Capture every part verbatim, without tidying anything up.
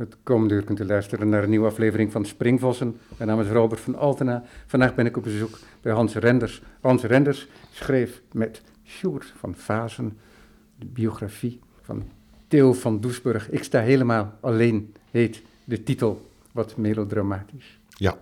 Het komende uur kunt u luisteren naar een nieuwe aflevering van Springvossen. Mijn naam is Robert van Altena. Vandaag ben ik op bezoek bij Hans Renders. Hans Renders schreef met Sjoerd van Vazen de biografie van Theo van Doesburg. Ik sta helemaal alleen, heet de titel, wat melodramatisch. Ja.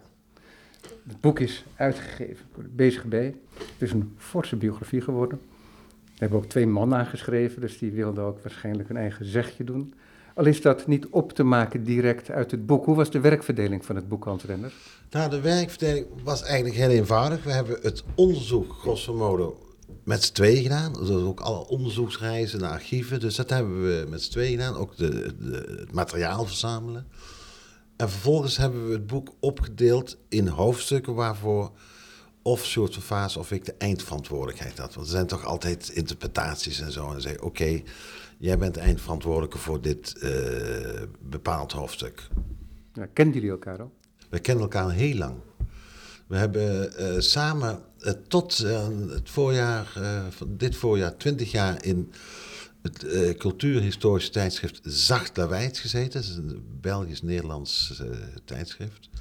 Het boek is uitgegeven door de Bezig Bij. Het is een forse biografie geworden. We hebben ook twee mannen aangeschreven, dus die wilden ook waarschijnlijk een eigen zegje doen. Al is dat niet op te maken direct uit het boek. Hoe was de werkverdeling van het boek, Hans Renders? Nou, de werkverdeling was eigenlijk heel eenvoudig. We hebben het onderzoek, grosso modo, met z'n tweeën gedaan. Dus ook alle onderzoeksreizen naar archieven. Dus dat hebben we met z'n tweeën gedaan. Ook de, de, het materiaal verzamelen. En vervolgens hebben we het boek opgedeeld in hoofdstukken waarvoor of Sjoerd van Vazen of ik de eindverantwoordelijkheid had. Want er zijn toch altijd interpretaties en zo. En dan zeg je, oké, okay, jij bent de eindverantwoordelijke voor dit uh, bepaald hoofdstuk. Ja, kenden jullie elkaar al? We kennen elkaar al heel lang. We hebben uh, samen uh, tot uh, het voorjaar, uh, van dit voorjaar, twintig jaar in het uh, cultuurhistorische tijdschrift Zacht Lawaait gezeten. Dat is een Belgisch-Nederlands uh, tijdschrift.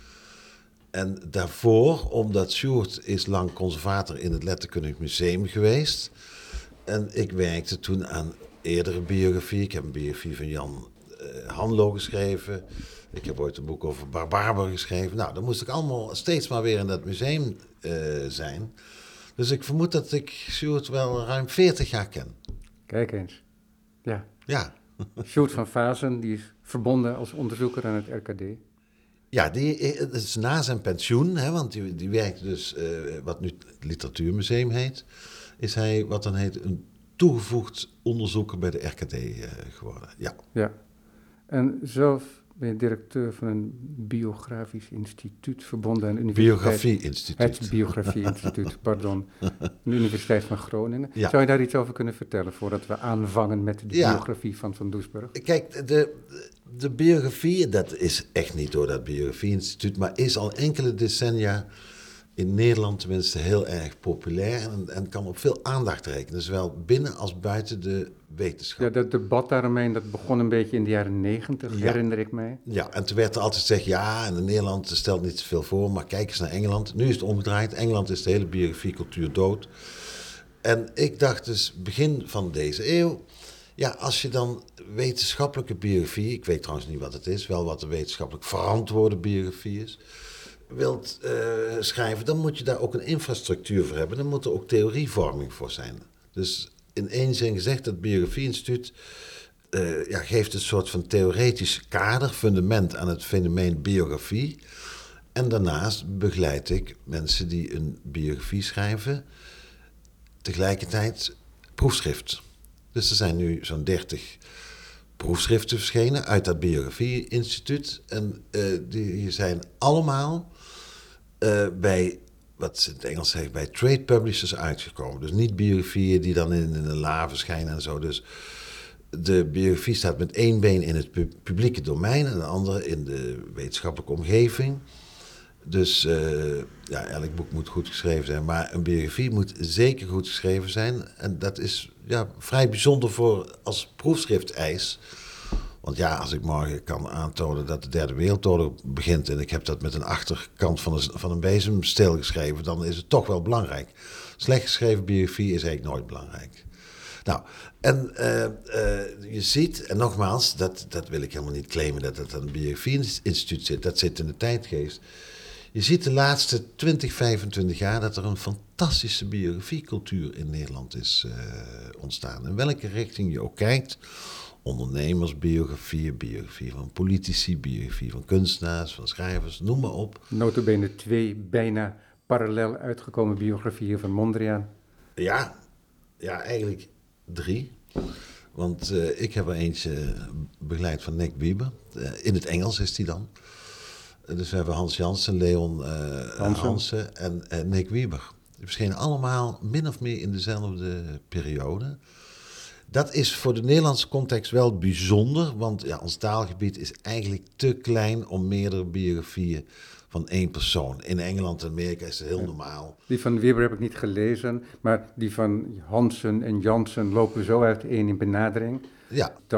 En daarvoor, omdat Sjoerd is lang conservator in het Letterkundig Museum geweest. En ik werkte toen aan eerdere biografie. Ik heb een biografie van Jan uh, Hanlo geschreven. Ik heb ooit een boek over Barbarber geschreven. Nou, dan moest ik allemaal steeds maar weer in dat museum uh, zijn. Dus ik vermoed dat ik Sjoerd wel ruim veertig jaar ken. Kijk eens. Ja. Ja. Sjoerd van Vazen, die is verbonden als onderzoeker aan het R K D. Ja, die is na zijn pensioen, hè, want die, die werkt dus, uh, wat nu het Literatuurmuseum heet, is hij wat dan heet een toegevoegd onderzoeker bij de R K D uh, geworden. Ja. Ja. En zelf ben je directeur van een biografisch instituut verbonden aan de Universiteit... Biografie-instituut. Het Biografie-instituut, pardon. De Universiteit van Groningen. Ja. Zou je daar iets over kunnen vertellen voordat we aanvangen met de Ja. biografie van Van Doesburg? Kijk, de, de biografie, dat is echt niet door dat Biografie-instituut, maar is al enkele decennia in Nederland tenminste heel erg populair en, en kan op veel aandacht rekenen, zowel binnen als buiten de wetenschap. Ja, dat debat daaromheen, dat begon een beetje in de jaren negentig, Ja. herinner ik mij. Ja, en toen werd er altijd gezegd, ja, en in Nederland stelt niet zoveel voor, maar kijk eens naar Engeland. Nu is het omgedraaid, Engeland is de hele biografiecultuur dood. En ik dacht dus, begin van deze eeuw, ja, als je dan wetenschappelijke biografie, ik weet trouwens niet wat het is, wel wat een wetenschappelijk verantwoorde biografie is, wilt uh, schrijven, dan moet je daar ook een infrastructuur voor hebben. Dan moet er ook theorievorming voor zijn. Dus in één zin gezegd, het Biografie-instituut uh, ja, geeft een soort van theoretisch kader, fundament aan het fenomeen biografie. En daarnaast begeleid ik mensen die een biografie schrijven, tegelijkertijd proefschrift. Dus er zijn nu zo'n dertig proefschriften verschenen uit dat Biografie-instituut. En uh, die zijn allemaal uh, bij, wat ze in het Engels zeggen, bij trade publishers uitgekomen. Dus niet biografieën die dan in, in een la verschijnen en zo. Dus de biografie staat met één been in het pu- publieke domein en de andere in de wetenschappelijke omgeving. Dus uh, ja, elk boek moet goed geschreven zijn, maar een biografie moet zeker goed geschreven zijn. En dat is ja, vrij bijzonder voor als proefschrift-eis. Want ja, als ik morgen kan aantonen dat de Derde Wereldoorlog begint en ik heb dat met een achterkant van een, van een bezemsteel geschreven, dan is het toch wel belangrijk. Slecht geschreven biografie is eigenlijk nooit belangrijk. Nou, en uh, uh, je ziet, en nogmaals, dat, dat wil ik helemaal niet claimen dat het aan het Biografie-instituut zit, dat zit in de tijdgeest. Je ziet de laatste twintig, vijfentwintig jaar dat er een fantastische biografiecultuur in Nederland is uh, ontstaan. In welke richting je ook kijkt, ondernemersbiografieën, biografie van politici, biografie van kunstenaars, van schrijvers, noem maar op. Nota bene twee bijna parallel uitgekomen biografieën van Mondriaan. Ja, ja eigenlijk drie. Want uh, ik heb er eentje begeleid van Nick Wieber. Uh, in het Engels is die dan. Dus we hebben Hans Jansen, Leon uh, Hansen. Hansen en uh, Nick Wieber. Die verschenen allemaal min of meer in dezelfde periode. Dat is voor de Nederlandse context wel bijzonder, want ja, ons taalgebied is eigenlijk te klein om meerdere biografieën van één persoon. In Engeland en Amerika is het heel normaal. Die van Wieber heb ik niet gelezen, maar die van Hansen en Jansen lopen zo uiteen in benadering, ja. dat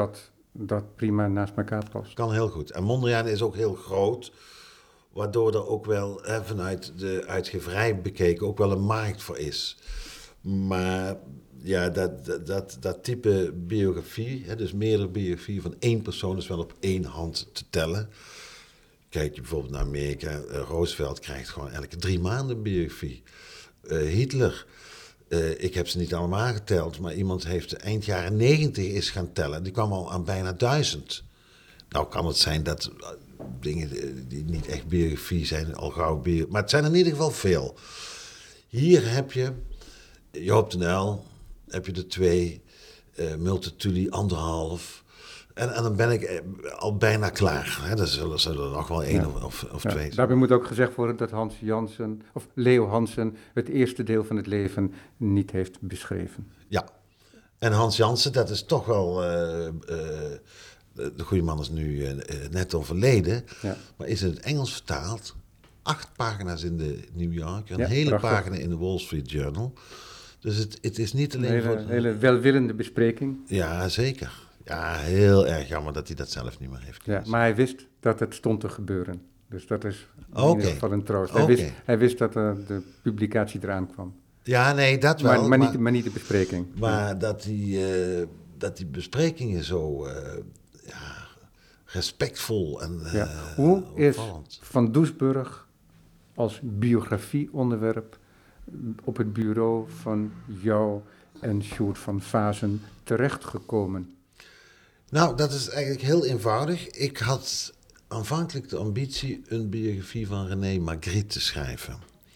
dat prima naast elkaar past. Kan heel goed. En Mondriaan is ook heel groot, waardoor er ook wel hè, vanuit de uitgeverij bekeken ook wel een markt voor is. Maar ja, dat, dat, dat, dat type biografie, hè, dus meerdere biografie van één persoon, is wel op één hand te tellen. Kijk je bijvoorbeeld naar Amerika, uh, Roosevelt krijgt gewoon elke drie maanden een biografie. Uh, Hitler, uh, ik heb ze niet allemaal geteld, maar iemand heeft eind jaren negentig is gaan tellen. Die kwam al aan bijna duizend. Nou kan het zijn dat uh, dingen die niet echt biografie zijn, al gauw biografie, maar het zijn er in ieder geval veel. Hier heb je Joop den Uyl, heb je er twee, uh, Multatuli anderhalf. En, en dan ben ik eh, al bijna klaar. Hè? Dan zullen, zullen er nog wel één Ja. of, of, of Ja, twee zijn. daarbij moet ook gezegd worden dat Hans Jansen, of Leo Hansen, het eerste deel van het leven niet heeft beschreven. Ja. En Hans Jansen, dat is toch wel... Uh, uh, de goede man is nu uh, net overleden. Ja. Maar is in het Engels vertaald. Acht pagina's in de New Yorker. Een Ja, hele prachtig. pagina in de Wall Street Journal. Dus het, het is niet Een alleen hele, voor... hele welwillende bespreking. Ja, zeker. Ja, heel erg jammer dat hij dat zelf niet meer heeft Ja, gelezen. maar hij wist dat het stond te gebeuren. Dus dat is in Oké. ieder geval een troost. Hij, Oké. wist, hij wist dat uh, de publicatie eraan kwam. Ja, nee, dat wel. Maar, maar, niet, maar niet de bespreking. Maar dat die, uh, dat die besprekingen zo uh, ja, respectvol en uh, Ja. Hoe is opvallend. Van Doesburg als biografieonderwerp op het bureau van jou en Sjoerd van Vazen terechtgekomen? Nou, dat is eigenlijk heel eenvoudig. Ik had aanvankelijk de ambitie een biografie van René Magritte te schrijven.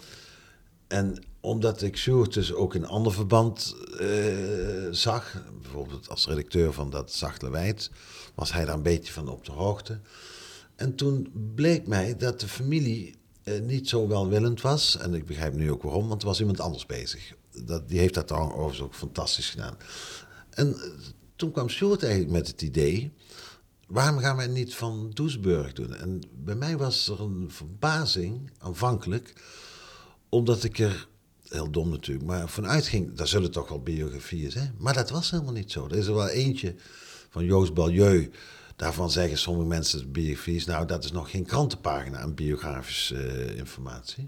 En omdat ik Sjoerd dus ook in ander verband uh, zag, bijvoorbeeld als redacteur van dat Zachte Wijd, was hij daar een beetje van op de hoogte. En toen bleek mij dat de familie uh, niet zo welwillend was. En ik begrijp nu ook waarom, want er was iemand anders bezig. Dat, die heeft dat dan overigens ook fantastisch gedaan. En uh, toen kwam Sjoerd eigenlijk met het idee, waarom gaan wij niet Van Doesburg doen? En bij mij was er een verbazing aanvankelijk, omdat ik er, heel dom natuurlijk, maar vanuit ging, daar zullen toch wel biografieën zijn. Maar dat was helemaal niet zo. Er is er wel eentje van Joost Balieu. Daarvan zeggen sommige mensen biografieën, nou dat is nog geen krantenpagina aan biografische uh, informatie.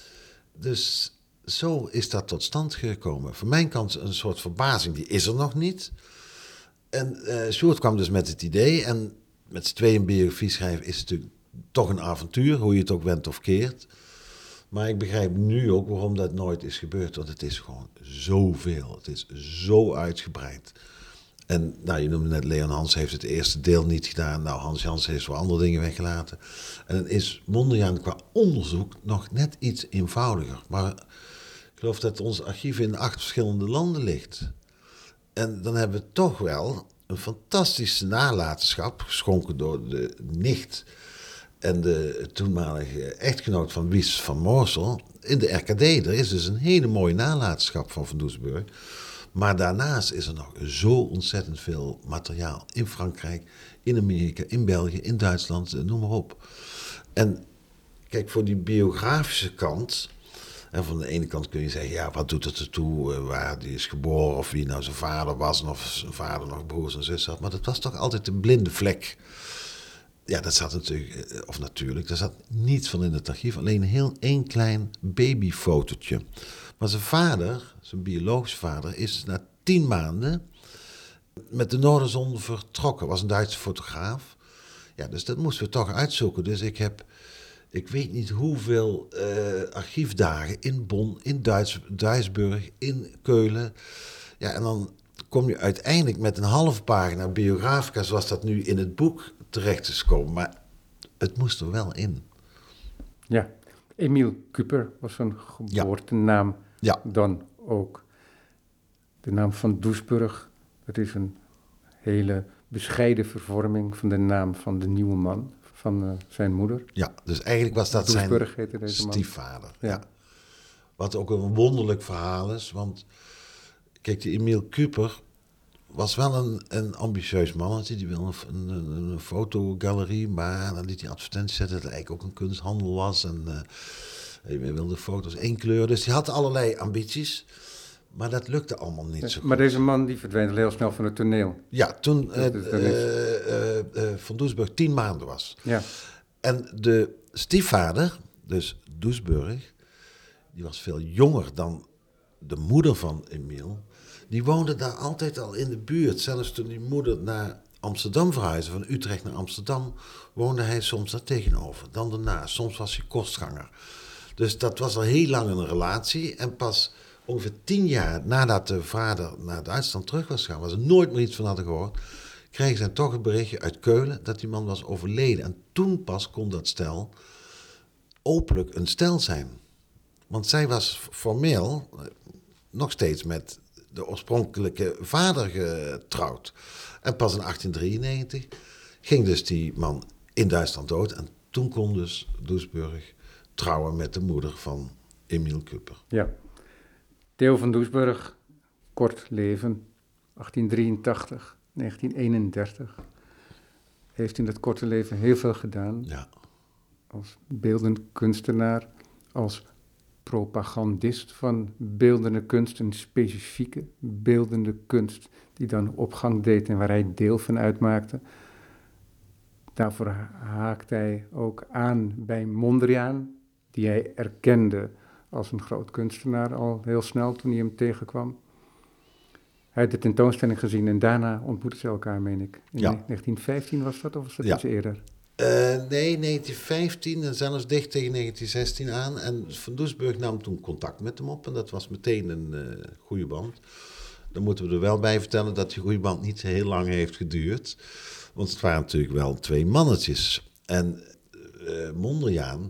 Dus zo is dat tot stand gekomen. Van mijn kant een soort verbazing, die is er nog niet. En uh, Sjoerd kwam dus met het idee, en met z'n tweeën een biografie schrijven is natuurlijk toch een avontuur, hoe je het ook wendt of keert. Maar ik begrijp nu ook waarom dat nooit is gebeurd, want het is gewoon zoveel. Het is zo uitgebreid. En nou, je noemde net Leon Hans heeft het eerste deel niet gedaan. Nou, Hans Jansen heeft wel andere dingen weggelaten. En dan is Mondriaan qua onderzoek nog net iets eenvoudiger. Maar ik geloof dat ons archief in acht verschillende landen ligt. En dan hebben we toch wel een fantastische nalatenschap, geschonken door de nicht en de toenmalige echtgenoot van Wies van Moorsel in de R K D. Er is dus een hele mooie nalatenschap van Van Doesburg. Maar daarnaast is er nog zo ontzettend veel materiaal in Frankrijk, in Amerika, in België, in Duitsland, noem maar op. En kijk, voor die biografische kant, en van de ene kant kun je zeggen, ja, wat doet het ertoe, waar die is geboren, of wie nou zijn vader was, of zijn vader nog broers en zussen had. Maar dat was toch altijd een blinde vlek. Ja, dat zat natuurlijk, of natuurlijk, daar zat niets van in het archief, alleen een heel één klein babyfotootje. Maar zijn vader, zijn biologische vader, is na tien maanden met de Noorderzon vertrokken. Was een Duitse fotograaf. Ja, dus dat moesten we toch uitzoeken. Dus ik heb, ik weet niet hoeveel uh, archiefdagen in Bonn, in Duits, Duisburg, in Keulen. Ja, en dan kom je uiteindelijk met een halve pagina biografica, zoals dat nu in het boek terecht is gekomen. Maar het moest er wel in. Ja, Emiel Kuper was zijn geboortenaam. Ja. Dan ook de naam Van Doesburg. Dat is een hele bescheiden vervorming van de naam van de nieuwe man, van uh, zijn moeder. Ja, dus eigenlijk was dat Doesburg zijn heette deze man. stiefvader. Ja. Ja. Wat ook een wonderlijk verhaal is, want kijk, die Emiel Kuper was wel een, een ambitieus mannetje. Die wilde een, een, een fotogalerie, maar dan liet hij advertenties zetten dat het eigenlijk ook een kunsthandel was. En uh, hij wilde foto's één kleur. Dus hij had allerlei ambities. Maar dat lukte allemaal niet zo goed. Maar deze man die verdween heel snel van het toneel. Ja, toen uh, Dat is dan niks. uh, uh, uh, Van Doesburg tien maanden was. Ja. En de stiefvader, dus Doesburg, die was veel jonger dan de moeder van Emiel. Die woonde daar altijd al in de buurt. Zelfs toen die moeder naar Amsterdam verhuisde, van Utrecht naar Amsterdam, woonde hij soms daar tegenover. Dan daarna, soms was hij kostganger. Dus dat was al heel lang een relatie. En pas ongeveer tien jaar nadat de vader naar Duitsland terug was gegaan, waar ze nooit meer iets van hadden gehoord, kregen ze toch het berichtje uit Keulen dat die man was overleden. En toen pas kon dat stel openlijk een stel zijn. Want zij was formeel nog steeds met de oorspronkelijke vader getrouwd. En pas in achttien drieënnegentig ging dus die man in Duitsland dood. En toen kon dus Doesburg trouwen met de moeder van Emiel Kuper. Ja. Theo van Doesburg, kort leven, achttien drieëntachtig, negentien eenendertig. Heeft in dat korte leven heel veel gedaan. Ja. Als beeldend kunstenaar, als propagandist van beeldende kunst, een specifieke beeldende kunst die dan opgang deed en waar hij deel van uitmaakte. Daarvoor haakte hij ook aan bij Mondriaan, die hij erkende als een groot kunstenaar al heel snel toen hij hem tegenkwam. Hij had de tentoonstelling gezien en daarna ontmoetten ze elkaar, meen ik. In Ja. negentien vijftien was dat, of was dat Ja. iets eerder? Uh, nee, negentien vijftien en zelfs dicht tegen negentien zestien aan. En Van Doesburg nam toen contact met hem op en dat was meteen een uh, goede band. Dan moeten we er wel bij vertellen dat die goede band niet heel lang heeft geduurd. Want het waren natuurlijk wel twee mannetjes. En uh, Mondriaan,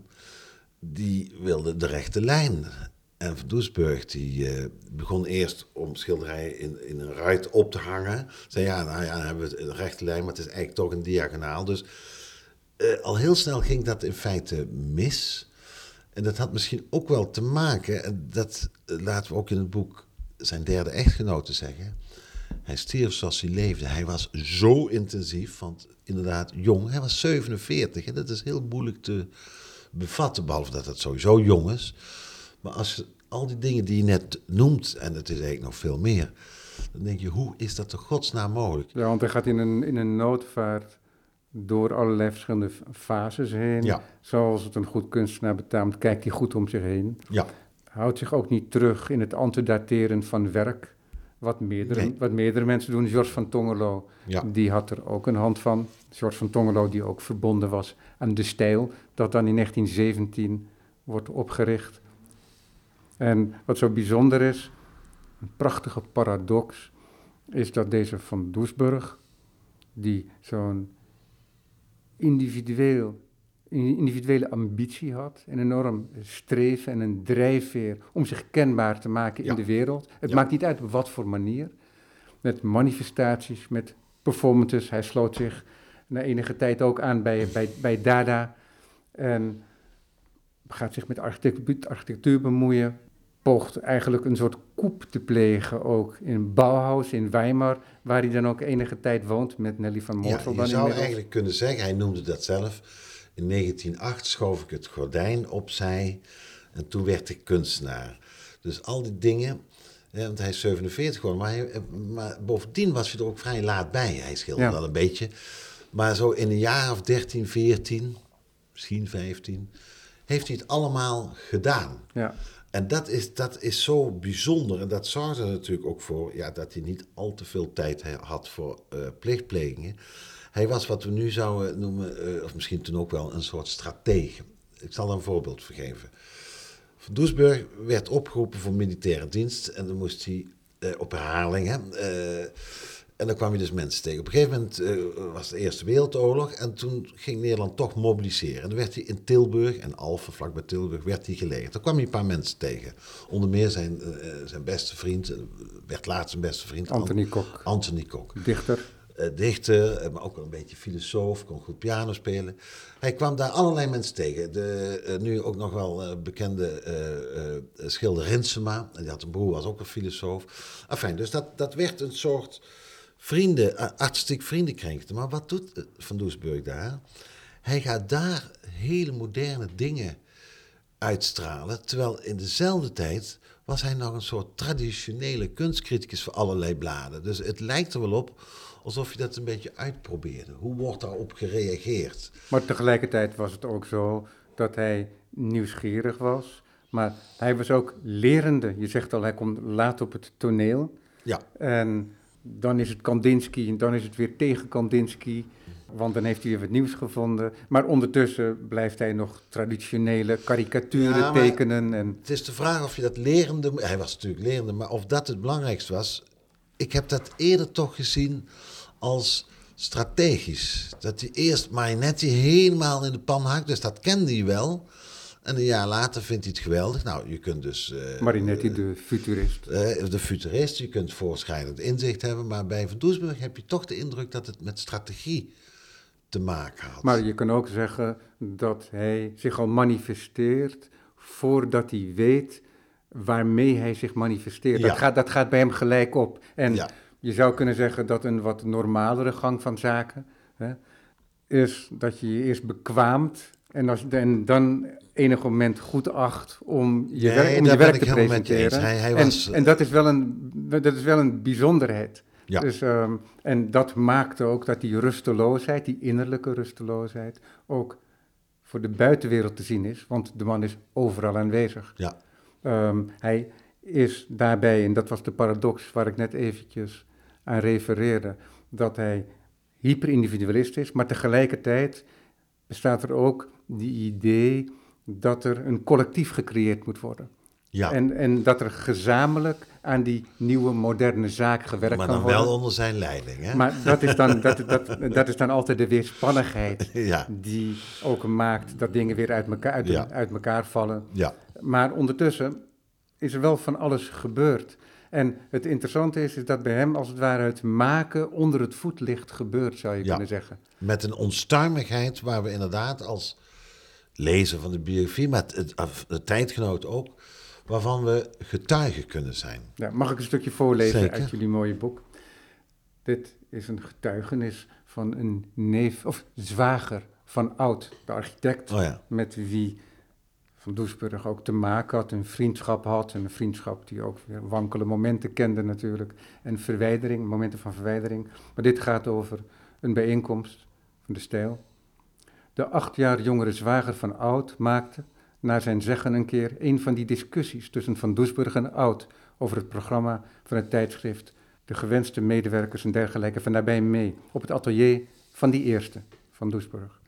die wilde de rechte lijn. En Van Doesburg, die uh, begon eerst om schilderijen in, in een ruit op te hangen. Zei ja, nou ja, dan hebben we een rechte lijn, maar het is eigenlijk toch een diagonaal. Dus uh, al heel snel ging dat in feite mis. En dat had misschien ook wel te maken, en dat uh, laten we ook in het boek zijn derde echtgenote zeggen. Hij stierf zoals hij leefde. Hij was zo intensief, want inderdaad jong. Hij was zevenenveertig en dat is heel moeilijk te bevatten, behalve dat het sowieso jong is. Maar als je al die dingen die je net noemt, en het is eigenlijk nog veel meer, dan denk je, hoe is dat toch godsnaam mogelijk? Ja, want hij gaat in een, in een noodvaart door allerlei verschillende fases heen. Ja. Zoals het een goed kunstenaar betaamt, kijkt hij goed om zich heen. Ja. Houdt zich ook niet terug in het antedateren van werk, wat meerdere, Nee. wat meerdere mensen doen. George van Tongerlo, Ja. die had er ook een hand van. George van Tongerlo, die ook verbonden was aan De Stijl, dat dan in negentien zeventien wordt opgericht. En wat zo bijzonder is, een prachtige paradox, is dat deze Van Doesburg, die zo'n individueel, individuele ambitie had, een enorm streven en een drijfveer om zich kenbaar te maken Ja. in de wereld. Het Ja. maakt niet uit op wat voor manier, met manifestaties, met performances. Hij sloot zich na enige tijd ook aan bij, bij, bij Dada en gaat zich met architectuur, architectuur bemoeien. Poogt eigenlijk een soort coup te plegen ook in Bauhaus, in Weimar, waar hij dan ook enige tijd woont met Nelly van Ja, Morsel. je dan zou inmiddels. eigenlijk kunnen zeggen, hij noemde dat zelf, in negentien nul acht schoof ik het gordijn opzij en toen werd ik kunstenaar. Dus al die dingen, ja, want hij is zevenenveertig geworden, maar, hij, maar bovendien was hij er ook vrij laat bij. Hij schilderde Ja. al een beetje, maar zo in een jaar of dertien, veertien, misschien vijftien, heeft hij het allemaal gedaan. Ja. En dat is, dat is zo bijzonder. En dat zorgde er natuurlijk ook voor ja, dat hij niet al te veel tijd had voor uh, plichtplegingen. Hij was wat we nu zouden noemen, uh, of misschien toen ook wel, een soort stratege. Ik zal er een voorbeeld voor geven. Van Doesburg werd opgeroepen voor militaire dienst. En dan moest hij uh, op herhaling. Hè, uh, en dan kwam je dus mensen tegen. Op een gegeven moment uh, was de Eerste Wereldoorlog. En toen ging Nederland toch mobiliseren. En dan werd hij in Tilburg, en Alphen, vlakbij Tilburg, werd hij gelegerd. Daar kwam hij een paar mensen tegen. Onder meer zijn, uh, zijn beste vriend, uh, werd laatst zijn beste vriend. Anthony Kok. Anthony Kok. Dichter. Uh, dichter, maar ook wel een beetje filosoof, kon goed piano spelen. Hij kwam daar allerlei mensen tegen. De uh, nu ook nog wel uh, bekende uh, uh, schilder Rinsema. En die had een broer, was ook een filosoof. Enfin, dus dat, dat werd een soort vrienden, artistiek vriendenkring. Maar wat doet Van Doesburg daar? Hij gaat daar hele moderne dingen uitstralen, terwijl in dezelfde tijd was hij nog een soort traditionele kunstcriticus voor allerlei bladen. Dus het lijkt er wel op alsof je dat een beetje uitprobeerde. Hoe wordt daarop gereageerd? Maar tegelijkertijd was het ook zo dat hij nieuwsgierig was. Maar hij was ook lerende. Je zegt al, hij komt laat op het toneel. Ja. En dan is het Kandinsky en dan is het weer tegen Kandinsky. Want dan heeft hij weer wat nieuws gevonden. Maar ondertussen blijft hij nog traditionele karikaturen Ja, maar tekenen. En het is de vraag of je dat lerende... Hij was natuurlijk lerende, maar of dat het belangrijkste was... Ik heb dat eerder toch gezien als strategisch. Dat hij eerst Marinetti helemaal in de pan hakt. Dus dat kende hij wel. En een jaar later vindt hij het geweldig. Nou, je kunt dus... Uh, Marinetti, de futurist. Uh, de futurist, je kunt voorschrijdend inzicht hebben. Maar bij Van Doesburg heb je toch de indruk dat het met strategie te maken had. Maar je kan ook zeggen dat hij zich al manifesteert voordat hij weet waarmee hij zich manifesteert. Ja. Dat, gaat, dat gaat bij hem gelijk op. En Ja. je zou kunnen zeggen dat een wat normalere gang van zaken hè, is dat je je eerst bekwaamt en, als, en dan enig moment goed acht om je Nee, werk, om daar je ben werk ik te helemaal met je eens. presenteren. Hij- hij was, en, en dat is wel een, dat is wel een bijzonderheid. Ja. Dus, um, en dat maakte ook dat die rusteloosheid, die innerlijke rusteloosheid, ook voor de buitenwereld te zien is. Want de man is overal aanwezig. Ja. Um, hij is daarbij, en dat was de paradox waar ik net eventjes aan refereerde, dat hij hyperindividualist is, maar tegelijkertijd bestaat er ook die idee dat er een collectief gecreëerd moet worden. Ja. En, en dat er gezamenlijk aan die nieuwe moderne zaak gewerkt Maar kan dan worden. wel onder zijn leiding, hè? Maar dat is, dan, dat, dat, dat is dan altijd de weerspannigheid Ja. die ook maakt dat dingen weer uit elkaar, uit, Ja. uit elkaar vallen. Ja. Maar ondertussen is er wel van alles gebeurd. En het interessante is, is dat bij hem als het ware het maken onder het voetlicht gebeurt, zou je Ja. kunnen zeggen. Met een onstuimigheid waar we inderdaad als lezer van de biografie, maar het, het, de tijdgenoot ook, waarvan we getuigen kunnen zijn. Ja, mag ik een stukje voorlezen Zeker. uit jullie mooie boek? Dit is een getuigenis van een neef, of zwager van Oud, de architect, Oh ja. met wie Van Doesburg ook te maken had, een vriendschap had. En een vriendschap die ook weer wankele momenten kende natuurlijk. En verwijdering, momenten van verwijdering. Maar dit gaat over een bijeenkomst van de Stijl. De acht jaar jongere zwager van Oud maakte, naar zijn zeggen een keer, een van die discussies tussen Van Doesburg en Oud over het programma van het tijdschrift, de gewenste medewerkers en dergelijke van nabij mee, op het atelier van die eerste, Van Doesburg.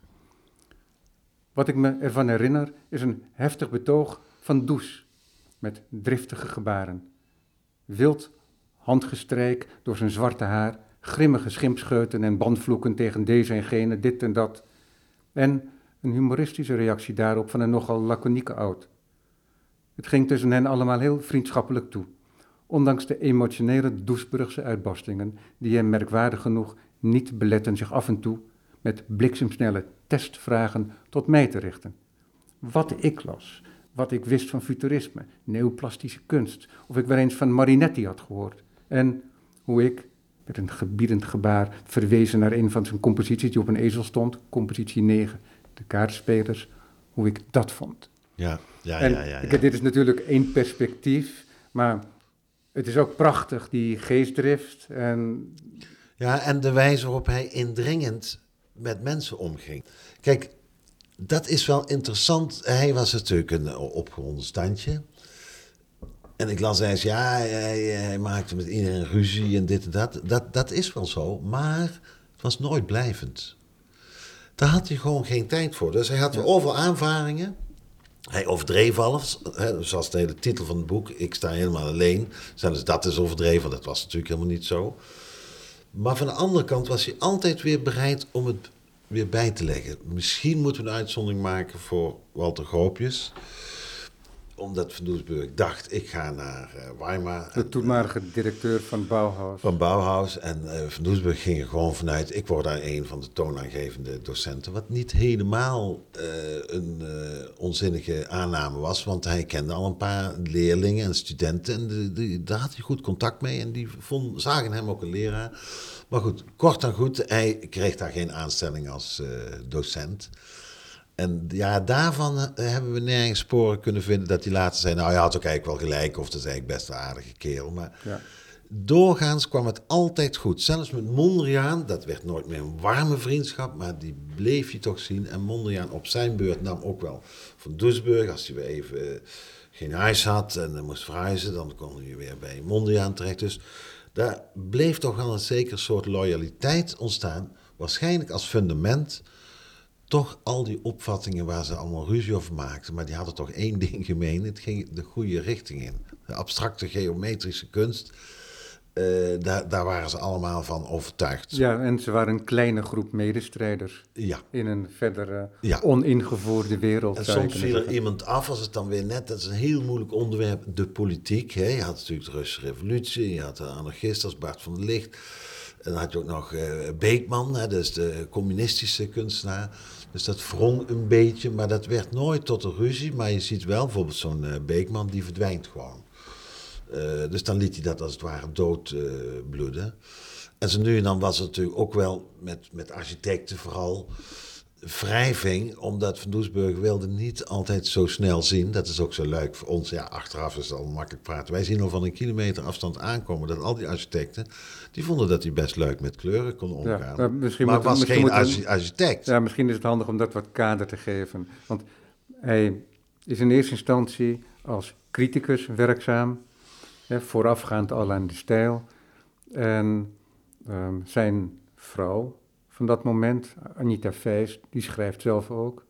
Wat ik me ervan herinner is een heftig betoog van Does, met driftige gebaren. Wild handgestrijk door zijn zwarte haar, grimmige schimpscheuten en bandvloeken tegen deze en gene, dit en dat. En een humoristische reactie daarop van een nogal laconieke Oud. Het ging tussen hen allemaal heel vriendschappelijk toe, ondanks de emotionele Doesburgse uitbarstingen, die hem merkwaardig genoeg niet beletten zich af en toe met bliksemsnelle testvragen tot mij te richten. Wat ik las, wat ik wist van futurisme, neoplastische kunst, of ik wel eens van Marinetti had gehoord. En hoe ik, met een gebiedend gebaar, verwezen naar een van zijn composities die op een ezel stond, compositie negen, de kaartspelers, hoe ik dat vond. Ja, ja, En ja, ja, ik- ja. dit is natuurlijk één perspectief, maar het is ook prachtig, die geestdrift. En Ja, en de wijze waarop hij indringend met mensen omging. Kijk, dat is wel interessant. Hij was natuurlijk een opgewonden standje. En ik las eens, ja, hij, hij maakte met iedereen ruzie en dit en dat. dat. Dat is wel zo, maar het was nooit blijvend. Daar had hij gewoon geen tijd voor. Dus hij had Ja. overal aanvaringen. Hij overdreef alles, hè, zoals de hele titel van het boek. Ik sta helemaal alleen. Zelfs dat is overdreven, dat was natuurlijk helemaal niet zo. Maar van de andere kant was hij altijd weer bereid om het weer bij te leggen. Misschien moeten we een uitzondering maken voor Walter Gropius. Omdat Van Doesburg dacht, ik ga naar uh, Weimar. de toenmalige directeur van Bauhaus. Van Bauhaus. En uh, Van Doesburg ging er gewoon vanuit, ik word daar een van de toonaangevende docenten. Wat niet helemaal uh, een uh, onzinnige aanname was. Want hij kende al een paar leerlingen en studenten. En de, de, daar had hij goed contact mee. En die vond, zagen hem ook een leraar. Maar goed, kort en goed, hij kreeg daar geen aanstelling als uh, docent. En ja, daarvan uh, hebben we nergens sporen kunnen vinden dat die later zei, nou, je had ook eigenlijk wel gelijk, of dat is eigenlijk best een aardige kerel. Maar Ja. doorgaans kwam het altijd goed. Zelfs met Mondriaan, dat werd nooit meer een warme vriendschap, maar die bleef je toch zien. En Mondriaan op zijn beurt nam ook wel van Doesburg, als hij weer even uh, geen huis had en uh, moest verhuizen, dan kon hij weer bij Mondriaan terecht. Dus daar bleef toch wel een zeker soort loyaliteit ontstaan, waarschijnlijk als fundament. Toch al die opvattingen waar ze allemaal ruzie over maakten, maar die hadden toch één ding gemeen. Het ging de goede richting in. De abstracte geometrische kunst, uh, daar, daar waren ze allemaal van overtuigd. Ja, en ze waren een kleine groep medestrijders Ja. in een verdere Ja. oningevoerde wereld. En zou je soms kunnen viel er zeggen. iemand af als het dan weer net, dat is een heel moeilijk onderwerp, de politiek. Hè? Je had natuurlijk de Russische revolutie, je had de anarchisten als Bart van der Licht. En dan had je ook nog uh, Beekman, hè, dus de communistische kunstenaar. Dus dat wrong een beetje, maar dat werd nooit tot een ruzie. Maar je ziet wel, bijvoorbeeld zo'n uh, Beekman, die verdwijnt gewoon. Uh, dus dan liet hij dat als het ware dood uh, bloeden. En zo nu en dan was het natuurlijk ook wel met, met architecten vooral wrijving, omdat Van Doesburg wilde niet altijd zo snel zien. Dat is ook zo leuk voor ons. Ja, achteraf is het al makkelijk praten. Wij zien al van een kilometer afstand aankomen dat al die architecten, die vonden dat hij best leuk met kleuren kon omgaan. Ja, maar misschien maar moet, was misschien geen moet, architect. Ja, misschien is het handig om dat wat kader te geven. Want hij is in eerste instantie als criticus werkzaam, hè, voorafgaand al aan de stijl. En um, zijn vrouw van dat moment, Anita Vijs, die schrijft zelf ook.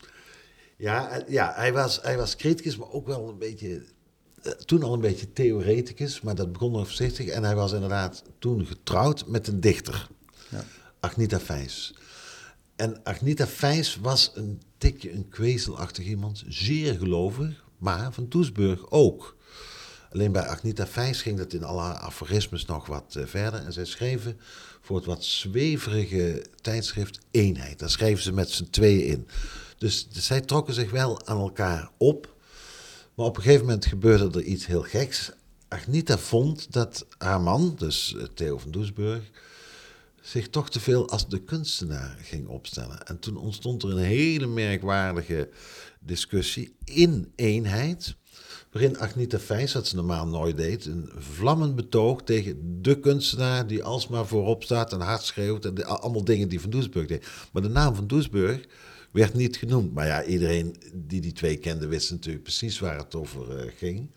Ja, ja hij, was, hij was criticus, maar ook wel een beetje, uh, toen al een beetje theoreticus, maar dat begon nog voorzichtig. En hij was inderdaad toen getrouwd met een dichter, ja. Agnita Vijs. En Agnita Vijs was een tikje een kwezelachtig iemand, zeer gelovig, maar Van Doesburg ook. Alleen bij Agnita Vijs ging dat in alle aforismes nog wat uh, verder. En zij schreven voor het wat zweverige tijdschrift Eenheid. Daar schreven ze met z'n tweeën in. Dus, dus zij trokken zich wel aan elkaar op. Maar op een gegeven moment gebeurde er iets heel geks. Agnita vond dat haar man, dus uh, Theo van Doesburg, zich toch te veel als de kunstenaar ging opstellen. En toen ontstond er een hele merkwaardige discussie in Eenheid, waarin Agnita Vijs, wat ze normaal nooit deed, een vlammend betoog tegen de kunstenaar die alsmaar voorop staat en hard schreeuwt en de, allemaal dingen die Van Doesburg deed. Maar de naam Van Doesburg werd niet genoemd. Maar ja, iedereen die die twee kende wist natuurlijk precies waar het over uh, ging.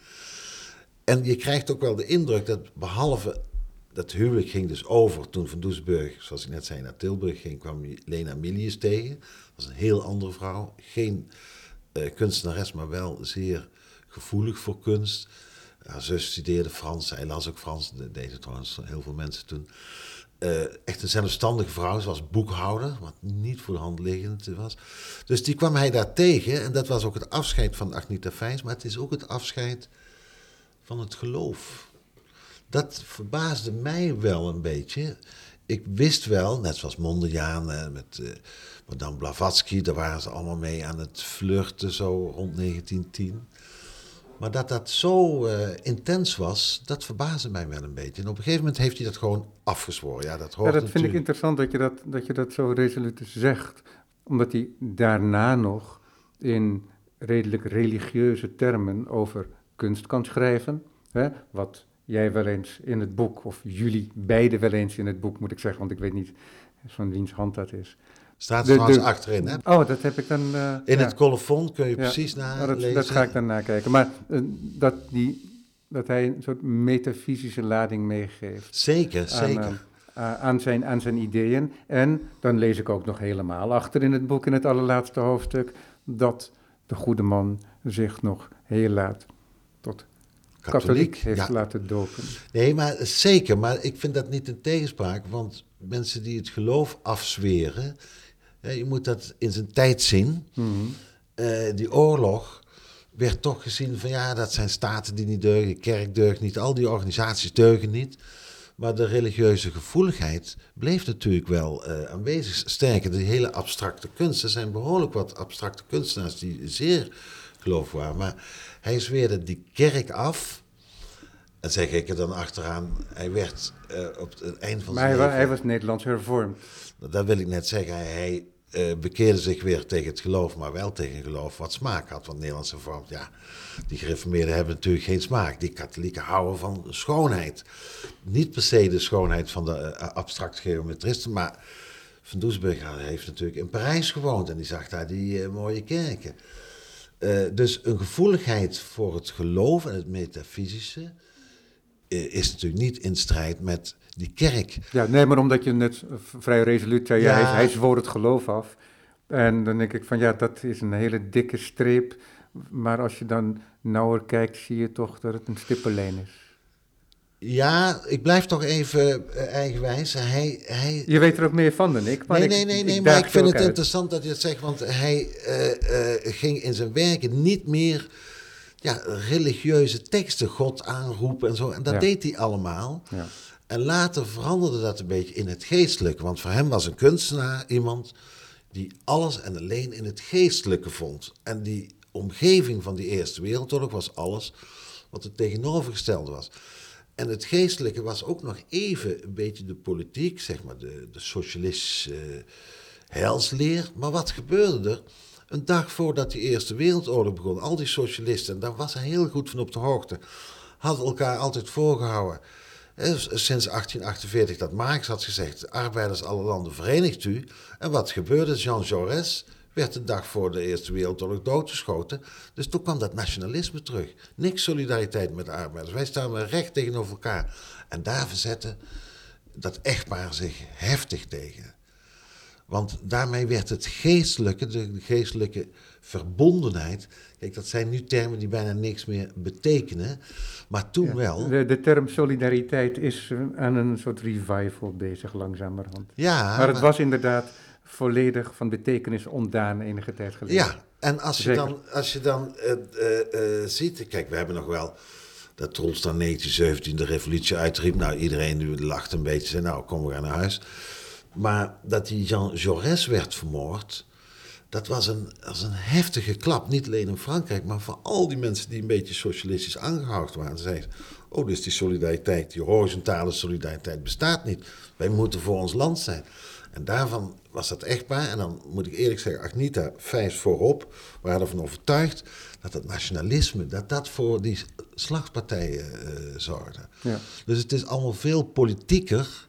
En je krijgt ook wel de indruk dat behalve dat huwelijk ging dus over toen Van Doesburg, zoals ik net zei, naar Tilburg ging, kwam Lena Milius tegen. Dat was een heel andere vrouw. Geen uh, kunstenares, maar wel zeer gevoelig voor kunst. Haar zus studeerde Frans, hij las ook Frans, dat deden trouwens heel veel mensen toen. Uh, echt een zelfstandige vrouw, ze was boekhouder, wat niet voor de hand liggend was. Dus die kwam hij daar tegen en dat was ook het afscheid van Agnita Vijs, maar het is ook het afscheid van het geloof. Dat verbaasde mij wel een beetje. Ik wist wel, net zoals Mondriaan uh, met uh, Madame Blavatsky, daar waren ze allemaal mee aan het flirten zo rond negentien tien. Maar dat dat zo uh, intens was, dat verbaasde mij wel een beetje. En op een gegeven moment heeft hij dat gewoon afgezworen. Ja, dat, hoort ja, dat natuurlijk... vind ik interessant dat je dat, dat je dat zo resoluut zegt. Omdat hij daarna nog in redelijk religieuze termen over kunst kan schrijven. Hè? Wat jij wel eens in het boek, of jullie beiden wel eens in het boek, moet ik zeggen, want ik weet niet van wiens hand dat is. Staat er de, trouwens de, achterin, hè? Oh, dat heb ik dan... Uh, in ja. het colofon kun je ja. precies nalezen. Oh, dat, dat ga ik dan nakijken. Maar uh, dat, die, dat hij een soort metafysische lading meegeeft. Zeker, aan, zeker. Uh, aan, zijn, aan zijn ideeën. En dan lees ik ook nog helemaal achter in het boek, in het allerlaatste hoofdstuk, dat de goede man zich nog heel laat tot katholiek, katholiek heeft ja. laten dopen. Nee, maar zeker. Maar ik vind dat niet in tegenspraak, want mensen die het geloof afzweren, ja, je moet dat in zijn tijd zien. Mm-hmm. Uh, die oorlog werd toch gezien van ja, dat zijn staten die niet deugen, de kerk deugt niet, al die organisaties deugen niet. Maar de religieuze gevoeligheid bleef natuurlijk wel uh, aanwezig. Sterker, de hele abstracte kunst. Er zijn behoorlijk wat abstracte kunstenaars die zeer geloofwaardig waren. Maar hij zweerde die kerk af. En zeg ik er dan achteraan, hij werd uh, op het eind van maar zijn hij leven... hij was Nederlands hervormd. Dat wil ik net zeggen. Hij uh, bekeerde zich weer tegen het geloof, maar wel tegen een geloof wat smaak had. Want Nederlandse vormt, ja, die gereformeerden hebben natuurlijk geen smaak. Die katholieken houden van schoonheid. Niet per se de schoonheid van de uh, abstract geometristen, maar Van Doesburg heeft natuurlijk in Parijs gewoond en die zag daar die uh, mooie kerken. Uh, dus een gevoeligheid voor het geloof en het metafysische uh, is natuurlijk niet in strijd met die kerk. Ja, nee, maar omdat je net vrij resoluut zei, ja, Ja. hij, hij zwoer het geloof af. En dan denk ik van, ja, dat is een hele dikke streep. Maar als je dan nauwer kijkt, zie je toch dat het een stippenlijn is. Ja, ik blijf toch even uh, eigenwijs. Hij, hij... Je weet er ook meer van dan ik. Maar nee, ik, nee, nee, nee, ik maar daag ik vind je het ook uit. interessant dat je het zegt, want hij uh, uh, ging in zijn werken niet meer ja, religieuze teksten God aanroepen en zo. En dat Ja. deed hij allemaal. Ja. En later veranderde dat een beetje in het geestelijke, want voor hem was een kunstenaar iemand die alles en alleen in het geestelijke vond. En die omgeving van die Eerste Wereldoorlog was alles wat het tegenovergestelde was. En het geestelijke was ook nog even een beetje de politiek, zeg maar de, de socialistische uh, heilsleer. Maar wat gebeurde er? Een dag voordat die Eerste Wereldoorlog begon, al die socialisten, en daar was hij heel goed van op de hoogte, hadden elkaar altijd voorgehouden. He, sinds achttien achtenveertig dat Marx had gezegd, arbeiders alle landen verenigt u. En wat gebeurde? Jean Jaurès werd de dag voor de Eerste Wereldoorlog doodgeschoten. Dus toen kwam dat nationalisme terug. Niks solidariteit met de arbeiders. Wij staan maar recht tegenover elkaar. En daar verzette dat echtpaar zich heftig tegen. Want daarmee werd het geestelijke, de geestelijke verbondenheid. Kijk, dat zijn nu termen die bijna niks meer betekenen. Maar toen Ja, wel. De, de term solidariteit is uh, aan een soort revival bezig, langzamerhand. Ja, maar het maar, was inderdaad volledig van betekenis ontdaan enige tijd geleden. Ja, en als je Zeker. dan, als je dan uh, uh, uh, ziet. Kijk, we hebben nog wel. Dat Troels dan negentien zeventien de revolutie uitriep. Nou, iedereen nu lacht een beetje. Zei, nou, kom, we gaan naar huis. Maar dat die Jean Jaurès werd vermoord, dat was een, was een heftige klap. Niet alleen in Frankrijk, maar voor al die mensen die een beetje socialistisch aangehouden waren. Ze zeiden, oh, dus die solidariteit, die horizontale solidariteit bestaat niet. Wij moeten voor ons land zijn. En daarvan was dat echtpaar, en dan moet ik eerlijk zeggen, Agnita Vijs voorop, waren ervan overtuigd dat het nationalisme, dat dat voor die slagpartijen uh, zorgde. Ja. Dus het is allemaal veel politieker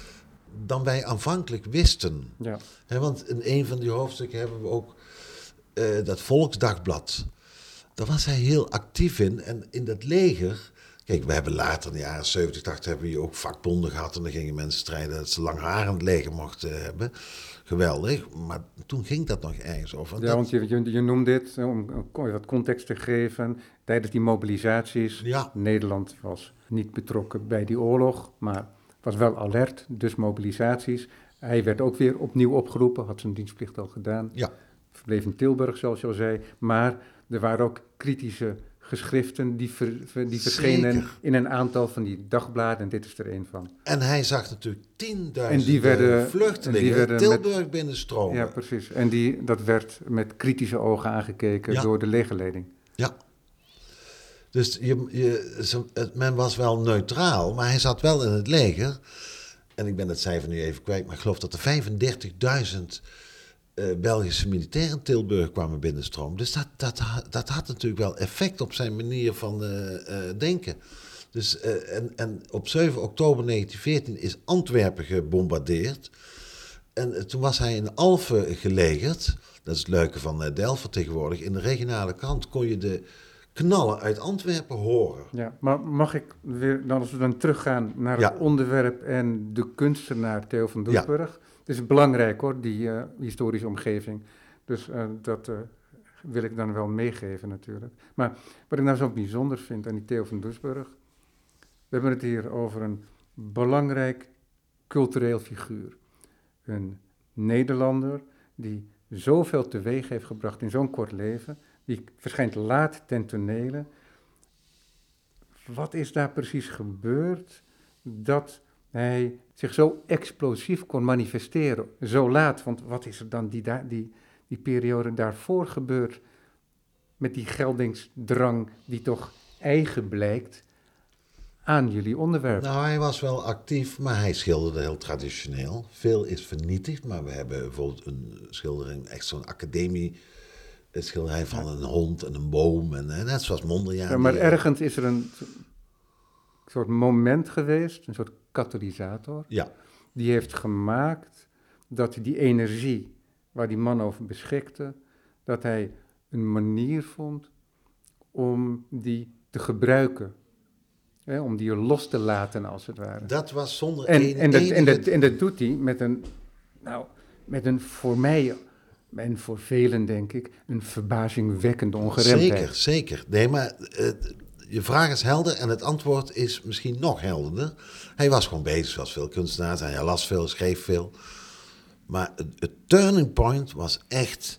dan wij aanvankelijk wisten. Ja. He, want in een van die hoofdstukken hebben we ook uh, dat Volksdagblad. Daar was hij heel actief in. En in dat leger. Kijk, we hebben later in de jaren zeventig, tachtig hebben we hier ook vakbonden gehad. En dan gingen mensen strijden dat ze lang haar in het leger mochten hebben. Geweldig. Maar toen ging dat nog ergens over. Ja, dat... want je, je, je noemt dit, om wat context te geven, tijdens die mobilisaties. Ja. Nederland was niet betrokken bij die oorlog, maar was wel alert, dus mobilisaties. Hij werd ook weer opnieuw opgeroepen, had zijn dienstplicht al gedaan. Ja. Verbleef in Tilburg, zoals je al zei. Maar er waren ook kritische geschriften die, ver, die verschenen Zeker. in een aantal van die dagbladen. En dit is er een van. En hij zag natuurlijk tienduizenden vluchtelingen werden Tilburg met, binnenstromen. Ja, precies. En die, dat werd met kritische ogen aangekeken ja. door de legerleiding. Ja. Dus je, je, men was wel neutraal, maar hij zat wel in het leger. En ik ben het cijfer nu even kwijt, maar ik geloof dat er vijfendertigduizend uh, Belgische militairen in Tilburg kwamen binnenstromen. Dus dat, dat, dat had natuurlijk wel effect op zijn manier van uh, uh, denken. Dus, uh, en, en op zeven oktober negentien veertien is Antwerpen gebombardeerd. En uh, toen was hij in Alphen gelegerd. Dat is het leuke van uh, Delft tegenwoordig. In de regionale krant kon je de knallen uit Antwerpen horen. Ja, maar mag ik weer, dan als we dan teruggaan naar ja. het onderwerp en de kunstenaar Theo van Doesburg. Ja. Het is belangrijk hoor, die uh, historische omgeving. Dus uh, dat uh, wil ik dan wel meegeven natuurlijk. Maar wat ik nou zo bijzonder vind aan die Theo van Doesburg. We hebben het hier over een belangrijk cultureel figuur. Een Nederlander die zoveel teweeg heeft gebracht in zo'n kort leven. Die verschijnt laat ten tonele. Wat is daar precies gebeurd dat hij zich zo explosief kon manifesteren, zo laat? Want wat is er dan die, die, die periode daarvoor gebeurd met die geldingsdrang die toch eigen blijkt aan jullie onderwerp? Nou, hij was wel actief, maar hij schilderde heel traditioneel. Veel is vernietigd, maar we hebben bijvoorbeeld een schildering, echt zo'n academie, een schilderij van een hond en een boom. En, en net zoals Mondriaan. Ja, maar die, ergens is er een soort moment geweest, een soort katalysator, Ja, die heeft gemaakt dat die energie waar die man over beschikte, dat hij een manier vond om die te gebruiken. Hè, om die los te laten, als het ware. dat was zonder En, een, en, dat, en, enige... dat, en dat doet hij met een, nou, met een voor mij, en voor velen denk ik, een verbazingwekkende ongeremdheid. Zeker, zeker. Nee, maar uh, je vraag is helder en het antwoord is misschien nog helderder. Hij was gewoon bezig, zoals veel kunstenaars. Hij las veel, schreef veel. Maar het, het turning point was echt